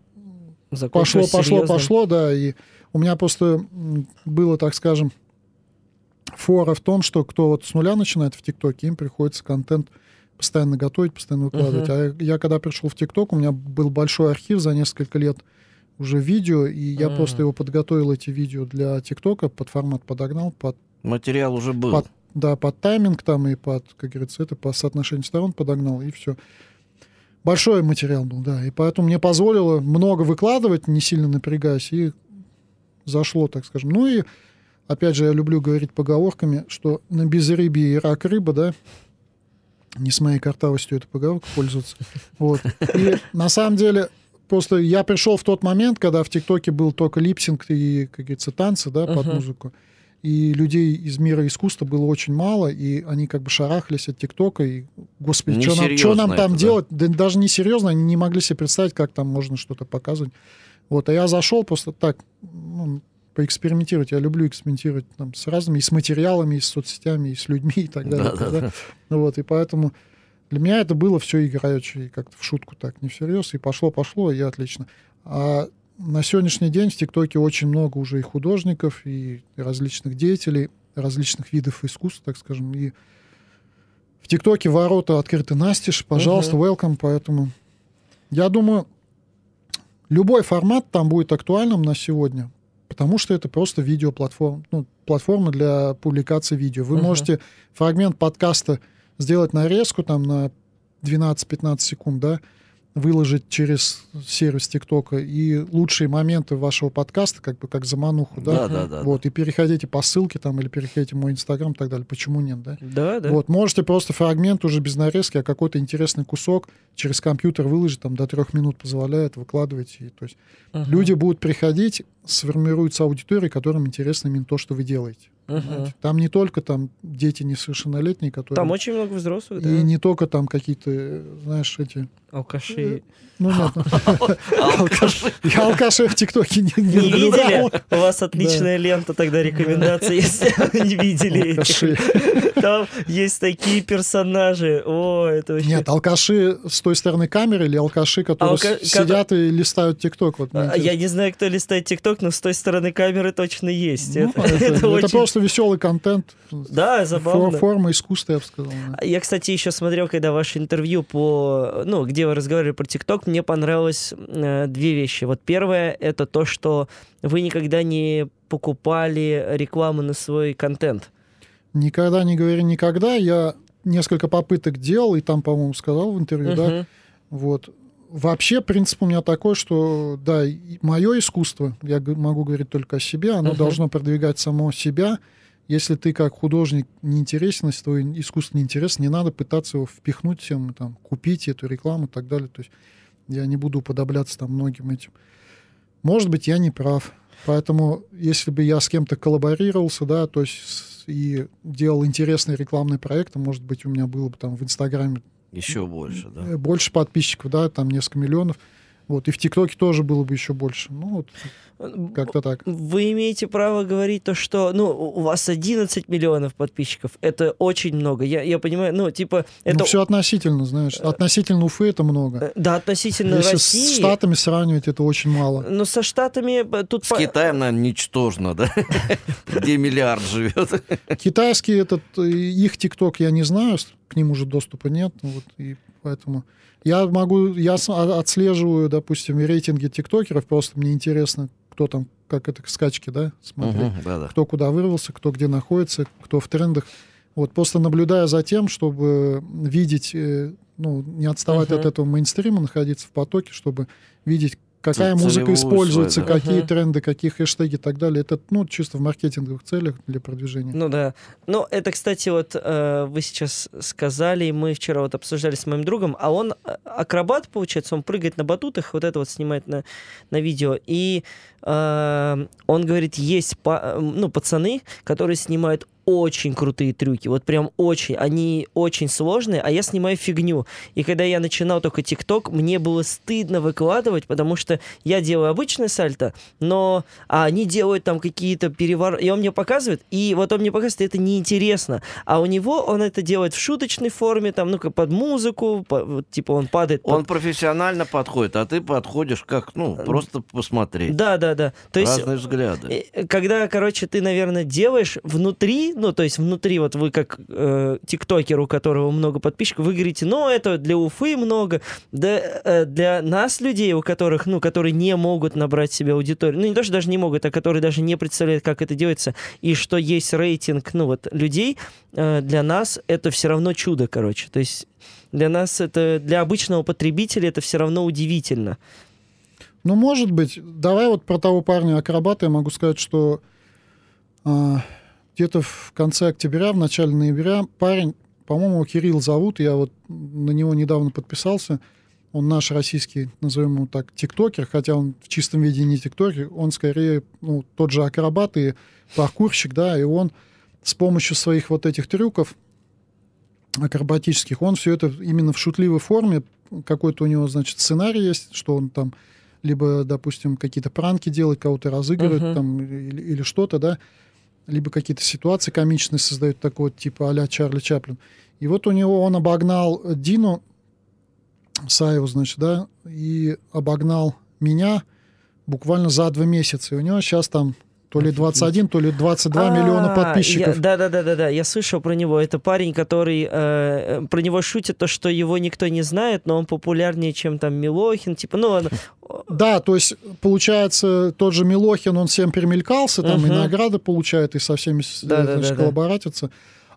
пошло, да, и у меня просто было, так скажем, фора в том, что кто с нуля начинает в ТикТоке, им приходится контент постоянно готовить, постоянно выкладывать. А я когда пришел в ТикТок, у меня был большой архив за несколько лет уже видео, и я просто его подготовил, эти видео для ТикТока, под формат подогнал. Материал уже был. Под тайминг там и под, как говорится, это по соотношению сторон подогнал, и все. Большой материал был, да. И поэтому мне позволило много выкладывать, не сильно напрягаясь, и зашло, так скажем. И, опять же, я люблю говорить поговорками, что на безрыбье и рак рыба, да, не с моей картавостью эта поговорка пользоваться. Вот. И на самом деле, просто я пришел в тот момент, когда в ТикТоке был только липсинг и, как говорится, танцы, да, под музыку. И людей из мира искусства было очень мало, и они как бы шарахались от ТикТока, и, господи, что нам там делать? Да даже не серьезно, они не могли себе представить, как там можно что-то показывать. Вот, а я зашел просто так, поэкспериментировать. Я люблю экспериментировать там с разными, и с материалами, и с соцсетями, и с людьми, и так далее. Да. Вот, и поэтому для меня это было все играючи, и как-то в шутку так, не всерьез, и пошло, и отлично. А на сегодняшний день в ТикТоке очень много уже и художников, и различных деятелей, различных видов искусств, так скажем. И в ТикТоке ворота открыты настежь, пожалуйста, welcome. Поэтому я думаю, любой формат там будет актуальным на сегодня, потому что это просто видеоплатформа, платформа для публикации видео. Вы можете фрагмент подкаста сделать нарезку там на 12-15 секунд, да, выложить через сервис ТикТока и лучшие моменты вашего подкаста, как бы как замануху, да? Да. Вот, и переходите по ссылке там, или переходите в мой Инстаграм и так далее. Почему нет, да? Да. Вот, можете просто фрагмент уже без нарезки, а какой-то интересный кусок через компьютер выложить, там, до 3 минут позволяет, выкладывать. И, то есть люди будут приходить, сформируется аудитория, которым интересно именно то, что вы делаете. Там не только там дети несовершеннолетние, которые... Там очень много взрослых, да. И не только там какие-то, знаешь, эти... Алкаши. Ну, нет. Я алкашей в ТикТоке не Не видели? наблюдал. У вас отличная лента, тогда рекомендация, если вы не видели Алкаши. этих. Там есть такие персонажи. О, это вообще... Нет, алкаши с той стороны камеры или алкаши, которые сидят и листают ТикТок? Вот, я не знаю, кто листает ТикТок, но с той стороны камеры точно есть. Ну, это просто веселый контент. Да, забавно. Форма искусства, я бы сказал. Да. Я, кстати, еще смотрел, когда ваше интервью где вы разговаривали про ТикТок, мне понравилось 2 вещи. Вот первое, это то, что вы никогда не покупали рекламу на свой контент. Никогда не говори никогда. Я несколько попыток делал, и там, по-моему, сказал в интервью, да. Вот. Вообще, принцип у меня такой, что, да, мое искусство, я могу говорить только о себе, оно должно продвигать само себя. Если ты как художник не интересен, если твое искусство не интересно, не надо пытаться его впихнуть всем, там, купить эту рекламу и так далее. То есть я не буду уподобляться там многим этим. Может быть, я не прав. Поэтому, если бы я с кем-то коллаборировался, да, то есть и делал интересные рекламные проекты, может быть, у меня было бы там в Инстаграме еще больше, да. Больше подписчиков, да, там несколько миллионов. Вот, и в ТикТоке тоже было бы еще больше. Ну, вот, как-то так. Вы имеете право говорить то, что, у вас 11 миллионов подписчиков. Это очень много. Я понимаю, это... все относительно, знаешь. Относительно Уфы это много. Да, относительно Если России... с Штатами сравнивать, это очень мало. Но со Штатами тут... С Китаем, наверное, ничтожно, да? Где миллиард живет. Китайский их ТикТок я не знаю, к ним уже доступа нет. Вот, и поэтому... Я отслеживаю, допустим, рейтинги тиктокеров, просто мне интересно, кто там, как это, скачки, да, смотреть, кто куда вырвался, кто где находится, кто в трендах. Вот, просто наблюдая за тем, чтобы видеть, не отставать от этого мейнстрима, находиться в потоке, чтобы видеть, какая музыка используется, какие тренды, какие хэштеги и так далее. Это, чисто в маркетинговых целях для продвижения. Ну да. Ну, это, кстати, вот вы сейчас сказали, и мы вчера вот обсуждали с моим другом, а он акробат, получается, он прыгает на батутах, вот это вот снимает на видео, и он говорит, есть пацаны, которые снимают очень крутые трюки, вот прям очень, они очень сложные, а я снимаю фигню. И когда я начинал только ТикТок, мне было стыдно выкладывать, потому что я делаю обычное сальто, но они делают там какие-то перевороты, и он мне показывает, и вот он мне показывает, это неинтересно. А у него он это делает в шуточной форме, там, как под музыку, типа он падает. Он профессионально подходит, а ты подходишь как, просто посмотреть. Да. То есть, разные взгляды. Когда, ты, наверное, делаешь внутри, то есть внутри, вот вы как тиктокер, у которого много подписчиков, вы говорите, это для Уфы много, да, для нас, людей, у которых, которые не могут набрать себе аудиторию, не то, что даже не могут, а которые даже не представляют, как это делается, и что есть рейтинг, людей, для нас это все равно чудо, То есть для нас это, для обычного потребителя это все равно удивительно. Может быть. Давай вот про того парня-акробата я могу сказать, что где-то в конце октября, в начале ноября парень, по-моему, Кирилл зовут, я вот на него недавно подписался, он наш российский, назовем его так, тиктокер, хотя он в чистом виде не тиктокер, он скорее тот же акробат и паркурщик, да, и он с помощью своих вот этих трюков акробатических, он все это именно в шутливой форме, какой-то у него, значит, сценарий есть, что он там либо, допустим, какие-то пранки делает, кого-то разыгрывает там, или что-то, да, либо какие-то ситуации комичные создают, такой вот, типа а-ля Чарли Чаплин. И вот у него он обогнал Дину Саеву, значит, да, и обогнал меня буквально за 2 месяца. И у него сейчас там то ли 21, то ли 22 миллиона подписчиков. Да, я слышал про него. Это парень, который... про него шутит то, что его никто не знает, но он популярнее, чем там Милохин. Да, то есть, получается, тот же Милохин, он всем примелькался, там и награды получает, и со всеми коллаборатится.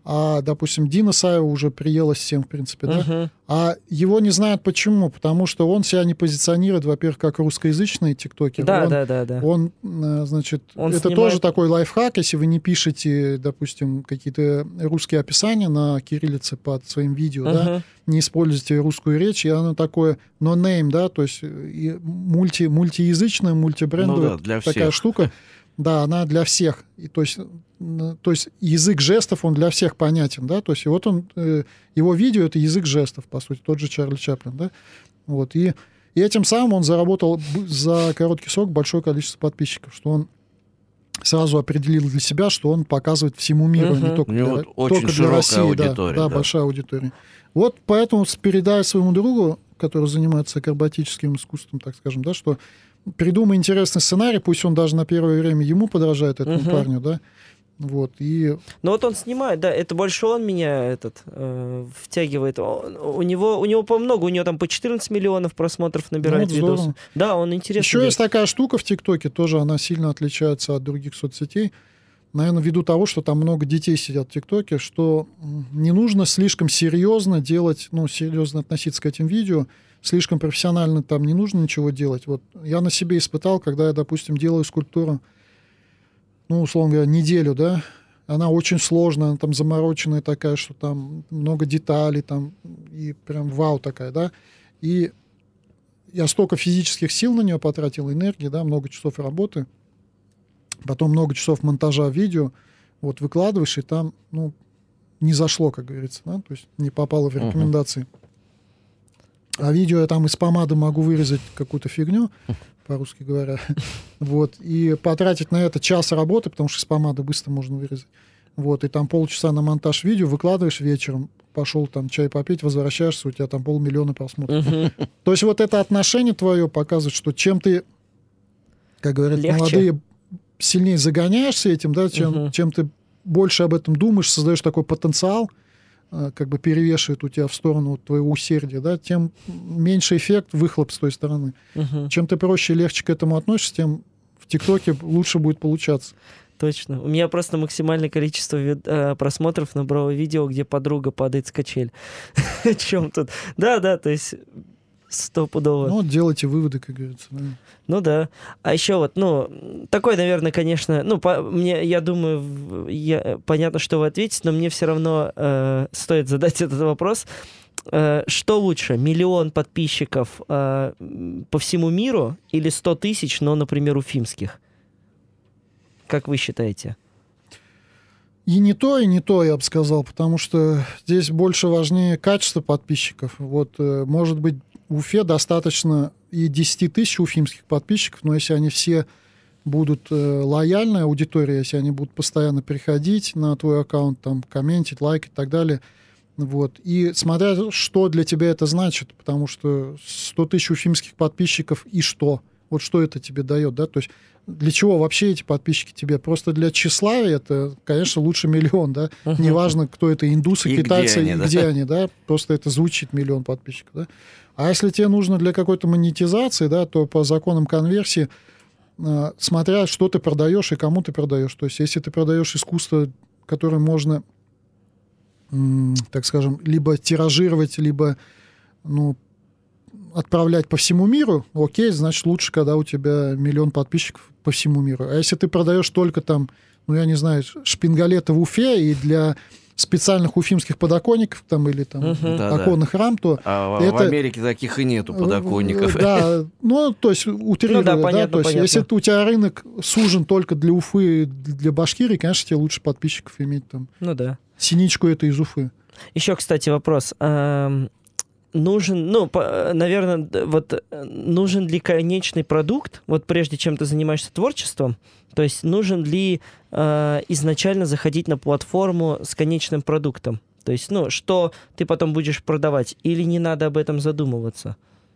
а, допустим, Дина Саева уже приелась всем, в принципе, да? А его не знают почему, потому что он себя не позиционирует, во-первых, как русскоязычный тиктокер. Да. Он, значит, Он это снимает... тоже такой лайфхак, если вы не пишете, допустим, какие-то русские описания на кириллице под своим видео, да, не используете русскую речь, и оно такое no-name, да, то есть мультиязычная, мультибрендовая такая штука. Да, она для всех. И, то есть язык жестов, он для всех понятен, да, то есть и вот он, его видео — это язык жестов, по сути, тот же Чарли Чаплин, да, вот, и этим самым он заработал за короткий срок большое количество подписчиков, что он сразу определил для себя, что он показывает всему миру, не только для России, аудитория, да, большая аудитория. Вот поэтому передай своему другу, который занимается акробатическим искусством, так скажем, да, что придумай интересный сценарий, пусть он даже на первое время ему подражает, этому парню, да. Вот, и... Ну вот он снимает, да, это больше он меня втягивает. У него по много, у него там по 14 миллионов просмотров набирает видосы. Да, он интересный. Еще есть такая штука в ТикТоке, тоже она сильно отличается от других соцсетей. Наверное, ввиду того, что там много детей сидят в ТикТоке, что не нужно слишком серьезно делать, серьезно относиться к этим видео, слишком профессионально там не нужно ничего делать. Вот я на себе испытал, когда я, допустим, делаю скульптуру, условно говоря, неделю, да, она очень сложная, она там замороченная такая, что там много деталей, там, и прям вау такая, да, и я столько физических сил на нее потратил, энергии, да, много часов работы, потом много часов монтажа видео, вот выкладываешь, и там, не зашло, как говорится, да, то есть не попало в рекомендации. А видео я там из помады могу вырезать какую-то фигню, по-русски говоря, вот, и потратить на это час работы, потому что из помады быстро можно вырезать, вот, и там полчаса на монтаж видео, выкладываешь вечером, пошел там чай попить, возвращаешься, у тебя там 500 000 просмотров. То есть вот это отношение твое показывает, что чем ты, как говорят молодые, сильнее загоняешься этим, да, чем ты больше об этом думаешь, создаешь такой потенциал, как бы перевешивает у тебя в сторону твоего усердия, да, тем меньше эффект, выхлоп с той стороны. Чем ты проще и легче к этому относишься, тем в ТикТоке лучше будет получаться. Точно. У меня просто максимальное количество просмотров набрало видео, где подруга падает с качель. О чем тут? Да, то есть 100%. Делайте выводы, как говорится. Да. Ну да. А еще вот, такой, наверное, конечно, я думаю, понятно, что вы ответите, но мне все равно стоит задать этот вопрос. Что лучше, 1 миллион подписчиков по всему миру или 100 тысяч, но, например, уфимских? Как вы считаете? И не то, я бы сказал, потому что здесь больше важнее качество подписчиков. Вот, может быть, в Уфе достаточно и 10 тысяч уфимских подписчиков, но если они все будут лояльная аудитория, если они будут постоянно приходить на твой аккаунт, там, комментить, лайкать и так далее, вот, и смотря, что для тебя это значит, потому что 100 тысяч уфимских подписчиков и что? Вот что это тебе дает, да? То есть для чего вообще эти подписчики тебе? Просто для тщеславия это, конечно, лучше 1 миллион, да? Неважно, кто это, индусы, китайцы, где они, да? Просто это звучит 1 миллион подписчиков, да? А если тебе нужно для какой-то монетизации, да, то по законам конверсии, смотря, что ты продаешь и кому ты продаешь. То есть если ты продаешь искусство, которое можно, так скажем, либо тиражировать, либо отправлять по всему миру, окей, значит, лучше, когда у тебя 1 миллион подписчиков по всему миру. А если ты продаешь только там, я не знаю, шпингалеты в Уфе и для специальных уфимских подоконников там, или там оконных рам, то... А в Америке таких и нету подоконников. Да, то есть утрируя, да, понятно, то есть если у тебя рынок сужен только для Уфы, для Башкирии, конечно, тебе лучше подписчиков иметь там. Синичку это из Уфы. Еще, кстати, вопрос. Нужен, наверное, нужен ли конечный продукт, вот прежде чем ты занимаешься творчеством, то есть нужен ли изначально заходить на платформу с конечным продуктом? То есть, что ты потом будешь продавать, или не надо об этом задумываться?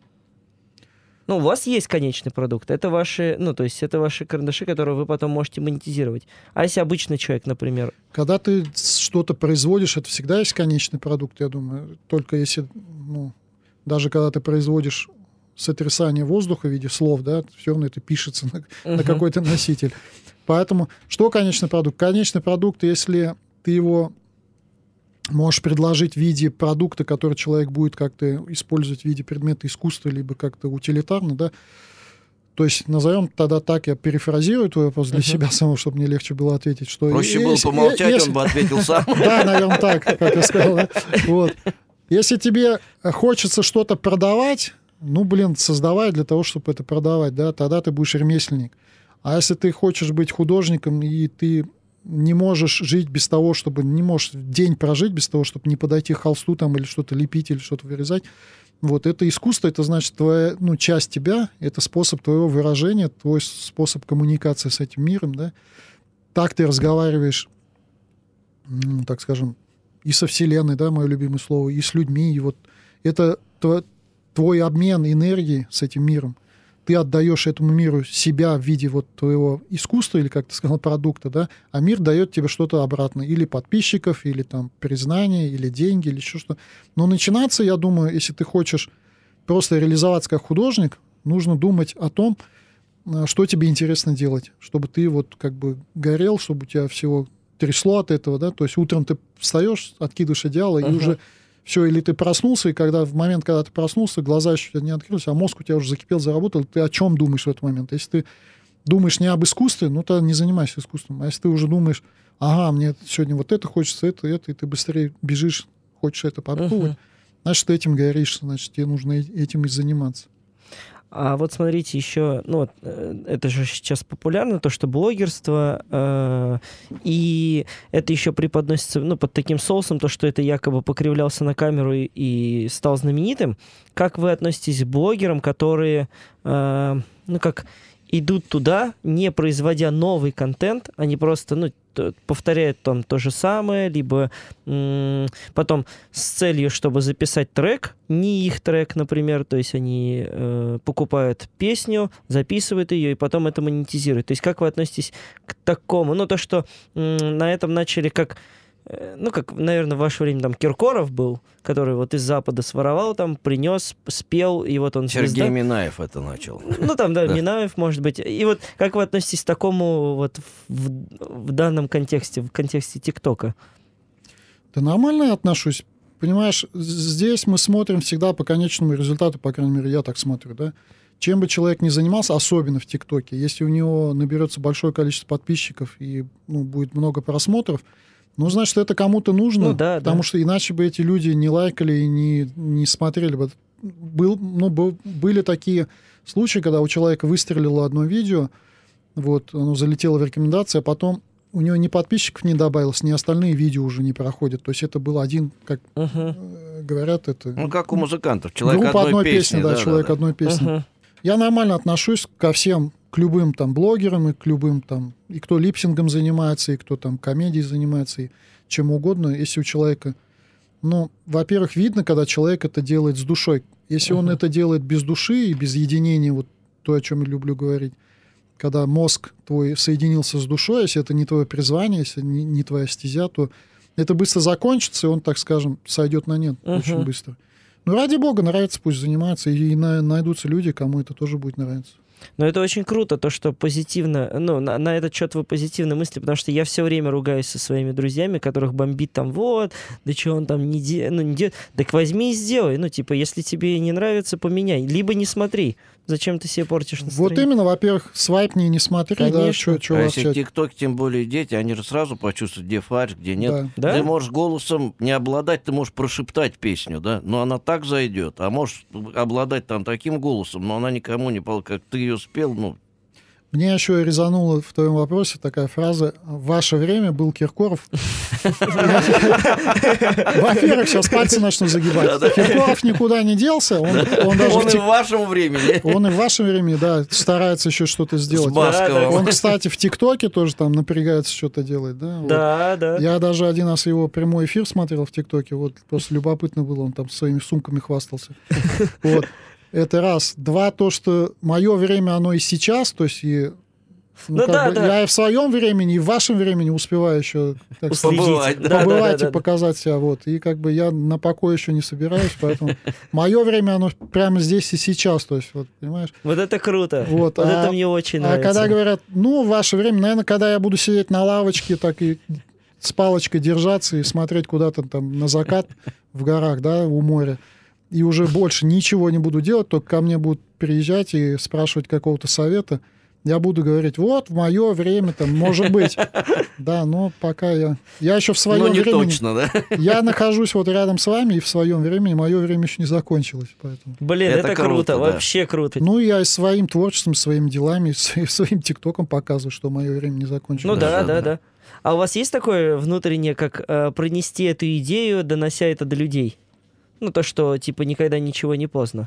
У вас есть конечный продукт, это ваши, то есть это ваши карандаши, которые вы потом можете монетизировать. А если обычный человек, например? Когда ты что-то производишь, это всегда есть конечный продукт, я думаю. Только если, даже когда ты производишь сотрясание воздуха в виде слов, да, все равно это пишется на какой-то носитель. Поэтому что конечный продукт? Конечный продукт, если ты его можешь предложить в виде продукта, который человек будет как-то использовать в виде предмета искусства, либо как-то утилитарно, да. То есть назовем тогда так, я перефразирую твой вопрос для себя самого, чтобы мне легче было ответить, что... Проще было помолчать, он бы ответил сам. Да, наверное, так, как я сказал. Да? Вот. Если тебе хочется что-то продавать, создавай для того, чтобы это продавать, да, тогда ты будешь ремесленник. А если ты хочешь быть художником, и ты не можешь жить без того, чтобы... Не можешь день прожить без того, чтобы не подойти к холсту там, или что-то лепить, или что-то вырезать, вот это искусство, это значит твоя, часть тебя, это способ твоего выражения, твой способ коммуникации с этим миром, да. Так ты разговариваешь, так скажем, и со Вселенной, да, мое любимое слово, и с людьми, и вот это твой обмен энергией с этим миром. Ты отдаешь этому миру себя в виде вот твоего искусства, или, как ты сказал, продукта, да, а мир дает тебе что-то обратно, или подписчиков, или там признание, или деньги, или еще что-то. Но начинаться, я думаю, если ты хочешь просто реализоваться как художник, нужно думать о том, что тебе интересно делать, чтобы ты вот как бы горел, чтобы у тебя всего трясло от этого, да, то есть утром ты встаешь, откидываешь одеяло, и уже все, или ты проснулся, и в момент, когда ты проснулся, глаза еще не открылись, а мозг у тебя уже закипел, заработал, ты о чем думаешь в этот момент? Если ты думаешь не об искусстве, то не занимайся искусством. А если ты уже думаешь, мне сегодня вот это хочется, это, и ты быстрее бежишь, хочешь это попробовать, значит, ты этим горишь, значит, тебе нужно этим и заниматься. А вот смотрите, еще, это же сейчас популярно, то, что блогерство, и это еще преподносится, под таким соусом, то, что это якобы покривлялся на камеру и стал знаменитым. Как вы относитесь к блогерам, которые, идут туда, не производя новый контент, они просто, повторяют там то же самое, либо потом с целью, чтобы записать трек, не их трек, например, то есть они покупают песню, записывают ее и потом это монетизируют. То есть как вы относитесь к такому? То, что на этом начали как, наверное, в ваше время там Киркоров был, который вот из Запада своровал, там, принес, спел, и вот он Сергей звезда. Минаев это начал. Да, Минаев, может быть. И вот как вы относитесь к такому вот в данном контексте, в контексте ТикТока? Да нормально я отношусь. Понимаешь, здесь мы смотрим всегда по конечному результату, по крайней мере, я так смотрю, да. Чем бы человек ни занимался, особенно в ТикТоке, если у него наберется большое количество подписчиков и будет много просмотров, значит, это кому-то нужно, потому что иначе бы эти люди не лайкали и не смотрели бы. Были такие случаи, когда у человека выстрелило одно видео, оно залетело в рекомендации, а потом у него ни подписчиков не добавилось, ни остальные видео уже не проходят. То есть это был один, как говорят, это... как у музыкантов, человек группа одной песни. Человек одной песни. Я нормально отношусь ко всем, к любым там блогерам и к любым там, и кто липсингом занимается, и кто там комедией занимается, и чем угодно, если у человека, во-первых, видно, когда человек это делает с душой. Если он это делает без души и без единения, вот то, о чем я люблю говорить, когда мозг твой соединился с душой, если это не твое призвание, если не твоя стезя, то это быстро закончится, и он, так скажем, сойдет на нет очень быстро. Ради бога, нравится, пусть занимается, и найдутся люди, кому это тоже будет нравиться. Но это очень круто, то, что позитивно, на этот счет вы позитивно мысли, потому что я все время ругаюсь со своими друзьями, которых бомбит там, да что он там не делает, так возьми и сделай, если тебе не нравится, поменяй, либо не смотри, зачем ты себе портишь настроение? Вот именно, во-первых, свайпни, не смотри, конечно. А если в ТикТоке, тем более дети, они же сразу почувствуют, где фальшь, где нет. Да. Ты можешь голосом не обладать, ты можешь прошептать песню, да, но она так зайдет, а можешь обладать там таким голосом, но она никому не как ты ее спел, Мне еще резанула в твоем вопросе такая фраза: «В ваше время был Киркоров». Во-первых, сейчас пальцы начну загибать. Киркоров никуда не делся. Он и в вашем времени. Он и в вашем времени, да, старается еще что-то сделать. С Басковым. Он, кстати, в ТикТоке тоже там напрягается, что-то делать. Да. Я даже один раз его прямой эфир смотрел в ТикТоке. Просто любопытно было, он там своими сумками хвастался. Это раз. Два, то, что мое время, оно и сейчас, то есть я и в своем времени, и в вашем времени успеваю еще побывать и показать себя. И я на покой еще не собираюсь, поэтому мое время, оно прямо здесь и сейчас, то есть, понимаешь? Вот это круто. Это мне очень нравится. А когда говорят, в ваше время, наверное, когда я буду сидеть на лавочке, так и с палочкой держаться и смотреть куда-то там на закат в горах, да, у моря. И уже больше ничего не буду делать, только ко мне будут приезжать и спрашивать какого-то совета. Я буду говорить, вот, в мое время, там, может быть. Да, но пока я еще в своем времени... Ну, не точно, да? Я нахожусь вот рядом с вами, и в своем времени, мое время еще не закончилось, поэтому... Блин, это круто, да. вообще круто. Ну, я и своим творчеством, своими делами, своим ТикТоком показываю, что мое время не закончилось. Ну да. А у вас есть такое внутреннее, как пронести эту идею, донося это до людей? Ну, то, что, типа, никогда ничего не поздно.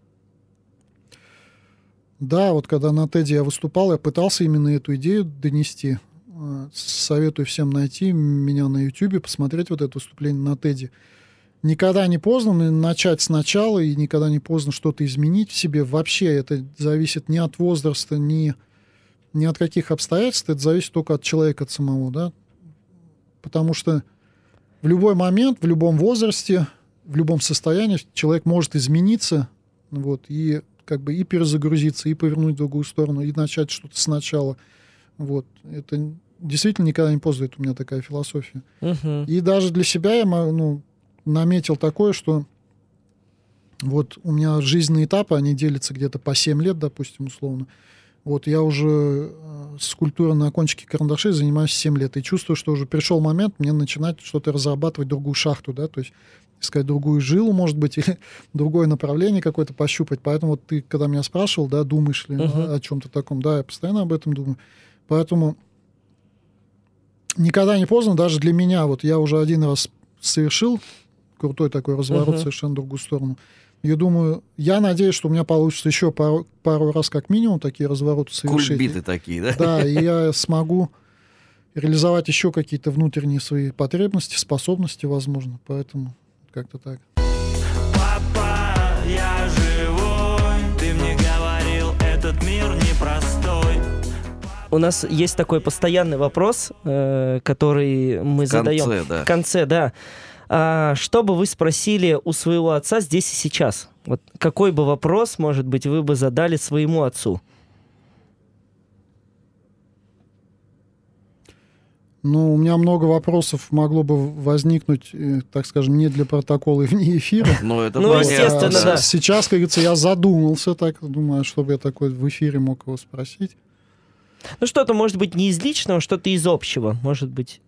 Да, вот когда на TED я выступал, я пытался именно эту идею донести. Советую всем найти меня на YouTube, посмотреть вот это выступление на TED. Никогда не поздно начать сначала, и никогда не поздно что-то изменить в себе. Вообще это зависит не от возраста, ни от каких обстоятельств, это зависит только от человека, от самого, да. Потому что в любой момент, в любом возрасте, в любом состоянии человек может измениться, вот, и как бы и перезагрузиться, и повернуть в другую сторону, и начать что-то сначала. Вот. Это действительно никогда не поздно, это у меня такая философия. И даже для себя я наметил такое, что вот у меня жизненные этапы, они делятся где-то по 7 лет, допустим, условно. Вот я уже скульптурой на кончике карандашей занимаюсь 7 лет, и чувствую, что уже пришел момент мне начинать что-то разрабатывать, другую шахту, да, то есть искать другую жилу, может быть, или другое направление какое-то пощупать. Поэтому вот ты, когда меня спрашивал, да, думаешь ли о чем-то таком, да, я постоянно об этом думаю. Поэтому никогда не поздно, даже для меня. Вот я уже один раз совершил крутой такой разворот совершенно в другую сторону. Я думаю, я надеюсь, что у меня получится еще пару раз как минимум такие развороты совершить. Кульбиты такие, да? Да, и я смогу реализовать еще какие-то внутренние свои потребности, способности, возможно. Поэтому как-то так. Папа, я живой, ты мне говорил, этот мир непростой. У нас есть такой постоянный вопрос, который мы задаем в конце, да. Что бы вы спросили у своего отца здесь и сейчас? Вот какой бы вопрос, может быть, вы бы задали своему отцу? Ну, у меня много вопросов могло бы возникнуть, так скажем, не для протокола и вне эфира. Ну, это естественно, да. Сейчас, как говорится, я задумался, так думаю, чтобы я такой в эфире мог его спросить. Ну, что-то, может быть, не из личного, что-то из общего, может быть.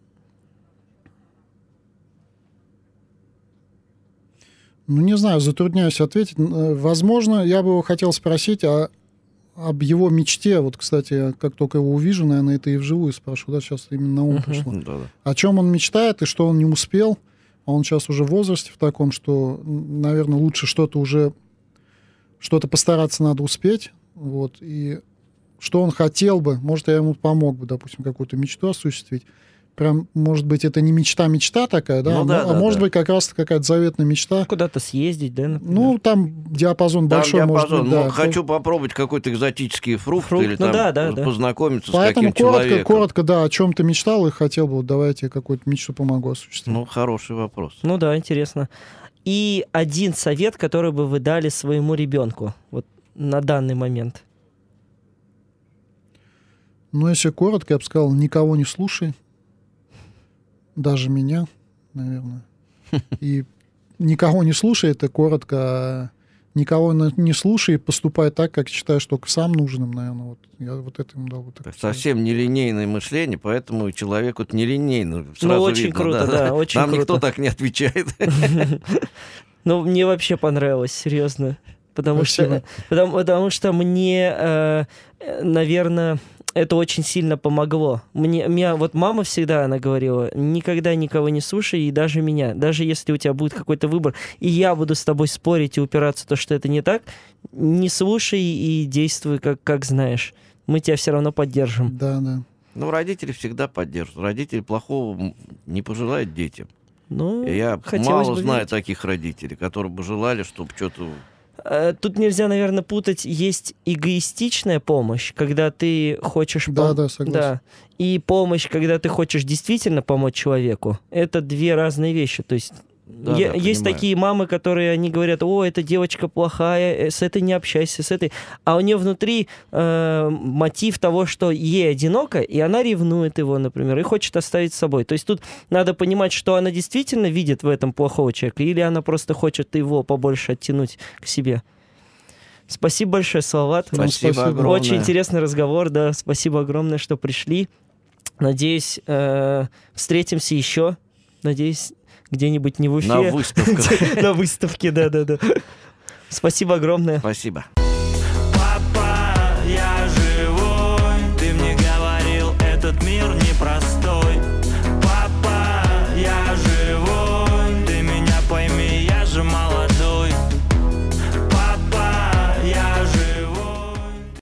Ну, не знаю, затрудняюсь ответить. Возможно, я бы его хотел спросить об его мечте. Вот, кстати, я как только его увижу, наверное, это и вживую спрошу. Да, сейчас именно на ум пришло. Да-да. О чем он мечтает и что он не успел. Он сейчас уже в возрасте в таком, что, наверное, лучше что-то постараться надо успеть. Вот. И что он хотел бы, может, я ему помог бы, допустим, какую-то мечту осуществить. Прям, может быть, это не мечта такая, да? Ну, да, а может быть, как раз какая-то заветная мечта. Куда-то съездить, да, например? Ну, там диапазон большой, может быть, да. Хочу попробовать какой-то экзотический фрукт или ну, там познакомиться с Поэтому каким человеком. коротко, да, о чем ты мечтал и хотел бы, вот, давайте я какую-то мечту помогу осуществить. Ну, хороший вопрос. Ну да, интересно. И один совет, который бы вы дали своему ребенку вот на данный момент? Ну, если коротко, я бы сказал, никого не слушай. Даже меня, наверное. И никого не слушай, это коротко. А никого не слушай и поступай так, как считаешь только сам нужным, наверное. Вот я вот это ему дал. Вот совсем нелинейное мышление, поэтому и человек вот нелинейный. Сразу очень видно, круто, да, очень Нам круто. никто так не отвечает. Ну, мне вообще понравилось, серьезно. Потому что мне, наверное, это очень сильно помогло. Меня вот мама всегда, она говорила, никогда никого не слушай, и даже меня. Даже если у тебя будет какой-то выбор, и я буду с тобой спорить и упираться в то, что это не так, не слушай и действуй, как знаешь. Мы тебя все равно поддержим. Да. Ну, родители всегда поддержат. Родители плохого не пожелают детям. Ну, я мало знаю таких родителей, которые бы желали, чтобы что-то... Тут нельзя, наверное, путать. Есть эгоистичная помощь, когда ты хочешь... Да, согласен. Да. И помощь, когда ты хочешь действительно помочь человеку. Это две разные вещи. То есть Да, Есть понимаю. такие мамы, которые они говорят: о, эта девочка плохая, с этой не общайся, с этой. А у нее внутри мотив того, что ей одиноко, и она ревнует его, например, и хочет оставить с собой. То есть тут надо понимать, что она действительно видит в этом плохого человека, или она просто хочет его побольше оттянуть к себе. Спасибо большое, Салават. Спасибо спасибо. огромное. Очень интересный разговор, да. Спасибо огромное, что пришли. Надеюсь, встретимся еще. Надеюсь, где-нибудь не в Уфе. На выставках. На выставке, да-да-да. Спасибо огромное. Спасибо. Папа, я живой, ты мне говорил, этот мир непростой.